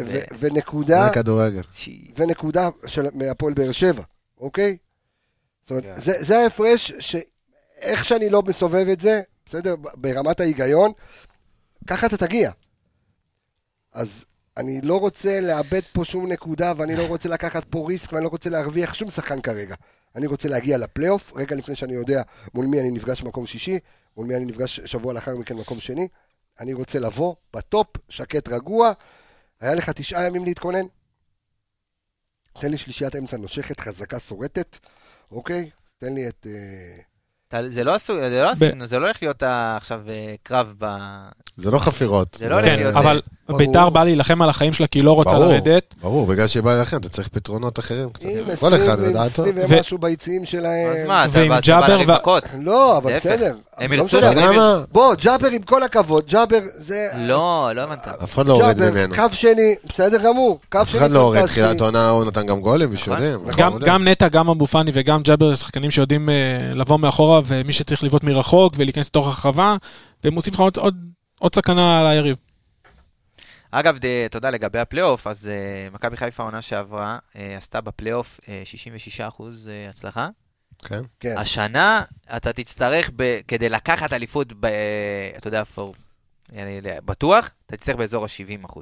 ונקודה מהפועל באר שבע, אוקיי? זאת אומרת, זה ההפרש שאיך שאני לא מסובב את זה, בסדר? ברמת ההיגיון, ככה אתה תגיע. אז... אני לא רוצה לאבד פה שום נקודה, ואני לא רוצה לקחת פה ריסק, ואני לא רוצה להרוויח שום שחקן כרגע. אני רוצה להגיע לפלייאוף, רגע לפני שאני יודע מול מי אני נפגש מקום שישי, מול מי אני נפגש שבוע לאחר מכן מקום שני. אני רוצה לבוא בטופ, שקט רגוע. היה לך 9 ימים להתכונן. תן לי שלישיית אמצע נושכת, חזקה, שורטת. אוקיי? תן לי את... זה לא הולך להיות עכשיו קרב ב... זה לא חפירות. זה לא הולך להיות... אבל בית"ר בא להילחם על החיים שלה כי היא לא רוצה לרדת. ברור, בגלל שהיא באה להילחם, אתה צריך פתרונות אחרים קצת. כל אחד לדעתו. ומשהו ביציעים שלהם. אז מה, אתה בא להריב מכות? לא, אבל בסדר. הם ירצו בוא, ג'אבר עם כל הכבוד, ג'אבר זה... לא הבנת. אף אחד לא הורד ממנו. קו שני, בסדר גמור. אף אחד לא הורד, תחילת עונה הוא נתן גם גולים בשבילים. גם נטע, גם אבו פאני וגם ג'אבר, שחקנים שיודעים לבוא מאחורה, ומי שצריך לבעוט מרחוק ולהיכנס לתוך הרחבה, והם מוסיפים לך עוד סכנה על היריב. אגב, תודה לגבי הפלייאוף, אז מכבי חיפה העונה שעברה עשתה בפלייאוף 66% הצלחה. כן. השנה אתה תצטרך, כדי לקחת אליפות, אתה יודע, בטוח, אתה תצטרך באזור ה-70%.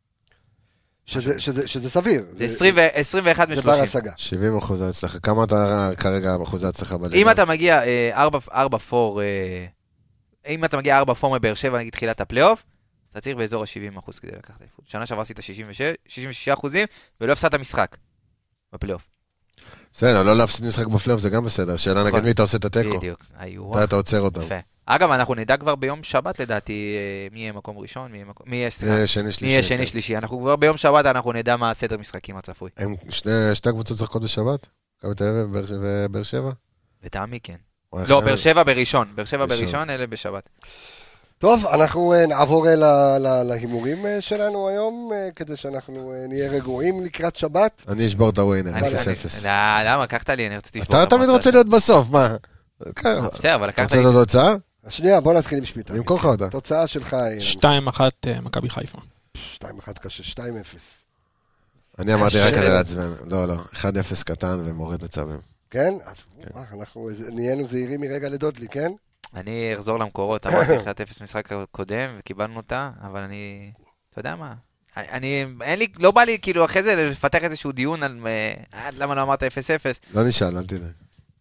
שזה סביר. זה 21 מ-30. זה בר השגה. 70% הצלחה. כמה אתה כרגע באחוזי הצלחה בליגה? אם אתה מגיע 4-4 מבאר שבע, נגיד תחילת הפלייאוף, אתה צריך באזור ה-70% כדי לקחת אליפות. שנה שעברה עשית 66% ולא הפסדת משחק בפלייאוף. בסדר, לא להפסיד משחק בפלייאוף זה גם בסדר. שאלה נגד מי אתה עושה את הטקו. בדיוק. אתה עוצר אותם. אגב, אנחנו נדע כבר ביום שבת לדעתי מי יהיה מקום ראשון, מי יהיה שני שלישי. אנחנו כבר ביום שבת אנחנו נדע מה הסדר משחקים הצפוי. הם שתי הקבוצות משחקות בשבת? מכבי תל אביב ובאר שבע? לטעמי כן. לא, באר שבע בראשון, אלה בשבת. טוב, אנחנו נעבור להימורים שלנו היום, כדי שאנחנו נהיה רגועים לקראת שבת. אני אשבור את הווינר, 0-0. למה? לקחת לי, אני רציתי לשבור. אתה תמיד רוצה להיות בסוף, מה? בסדר, אבל לקחת לי. רוצה את התוצאה? השנייה, בוא נתחיל עם שפיטה. נמכור לך אותה. תוצאה שלך... 2-1 מכבי חיפה. 2-1 קשה, 2-0. אני אמרתי רק על לעצבן. לא, 1-0 קטן ומורד הצבים. כן? אנחנו נהיינו זהירים מרגע לדודלי, כן? אני אחזור למקורות, אמרתי 1-0 משחק קודם וקיבלנו אותה, אבל אני, אתה יודע מה, לא בא לי כאילו אחרי זה לפתח איזשהו דיון על למה לא אמרת 0-0. לא נשאל, אל תדאג.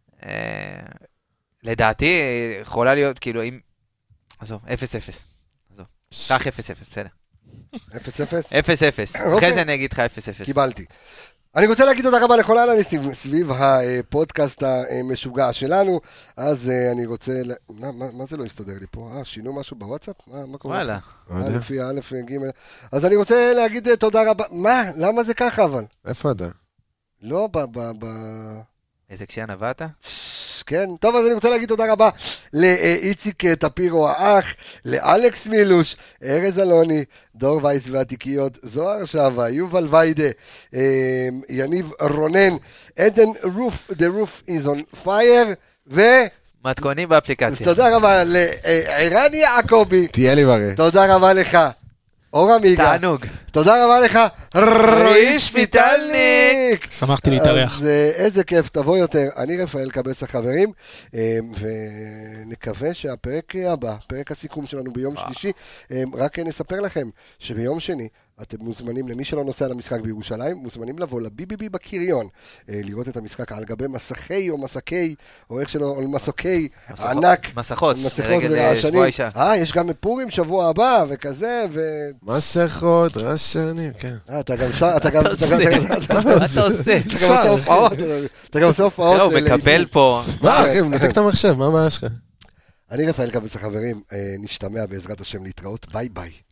לדעתי יכולה להיות כאילו אם, עזוב, 0-0. עזוב, קח 0-0, בסדר. 0-0? 0-0, אחרי זה אני אגיד לך 0-0. קיבלתי. אני רוצה להגיד תודה רבה לכל האנליסטים סביב הפודקאסט המשוגע שלנו, אז אני רוצה... מה זה לא יסתדר לי פה? שינו משהו בוואטסאפ? מה קורה? וואלה. א', ג'. אז אני רוצה להגיד תודה רבה. מה? למה זה ככה אבל? איפה אתה? לא, איזה קשיין עבדת? כן, טוב, אז אני רוצה להגיד תודה רבה לאיציק טפירו האח, לאלכס מילוש, ארז אלוני, דור וייס והתיקיות, זוהר שווה, יובל ויידה, יניב רונן, עדן רוף, the roof is on fire, מתכונים באפליקציה. תודה רבה לערן יעקובי. תהיה לי בריא. תודה רבה לך. אור עמיגה. תענוג. תודה רבה לך, רועי שפיטלניק. שמחתי להתארח. אז איזה כיף, תבוא יותר. אני רפאל קבס החברים, ונקווה שהפרק הבא, פרק הסיכום שלנו ביום שלישי, רק נספר לכם שביום שני אתם מוזמנים, למי שלא נוסע למשחק בירושלים, מוזמנים לבוא לביביבי בקריון, לראות את המשחק על גבי מסכי או מסקי, או איך שלא, או מסוקי ענק. מסכות, לרגל שבוע אישה. יש גם פורים שבוע הבא וכזה, מסכות, רעשנים, כן. אתה גם עושה? אתה גם עושה הופעות. הוא מקבל פה. מה אחי, נתק את המחשב, מה הבעיה שלך? אני רפאל קבץ החברים, נשתמע בעזרת השם להתראות, ביי ביי.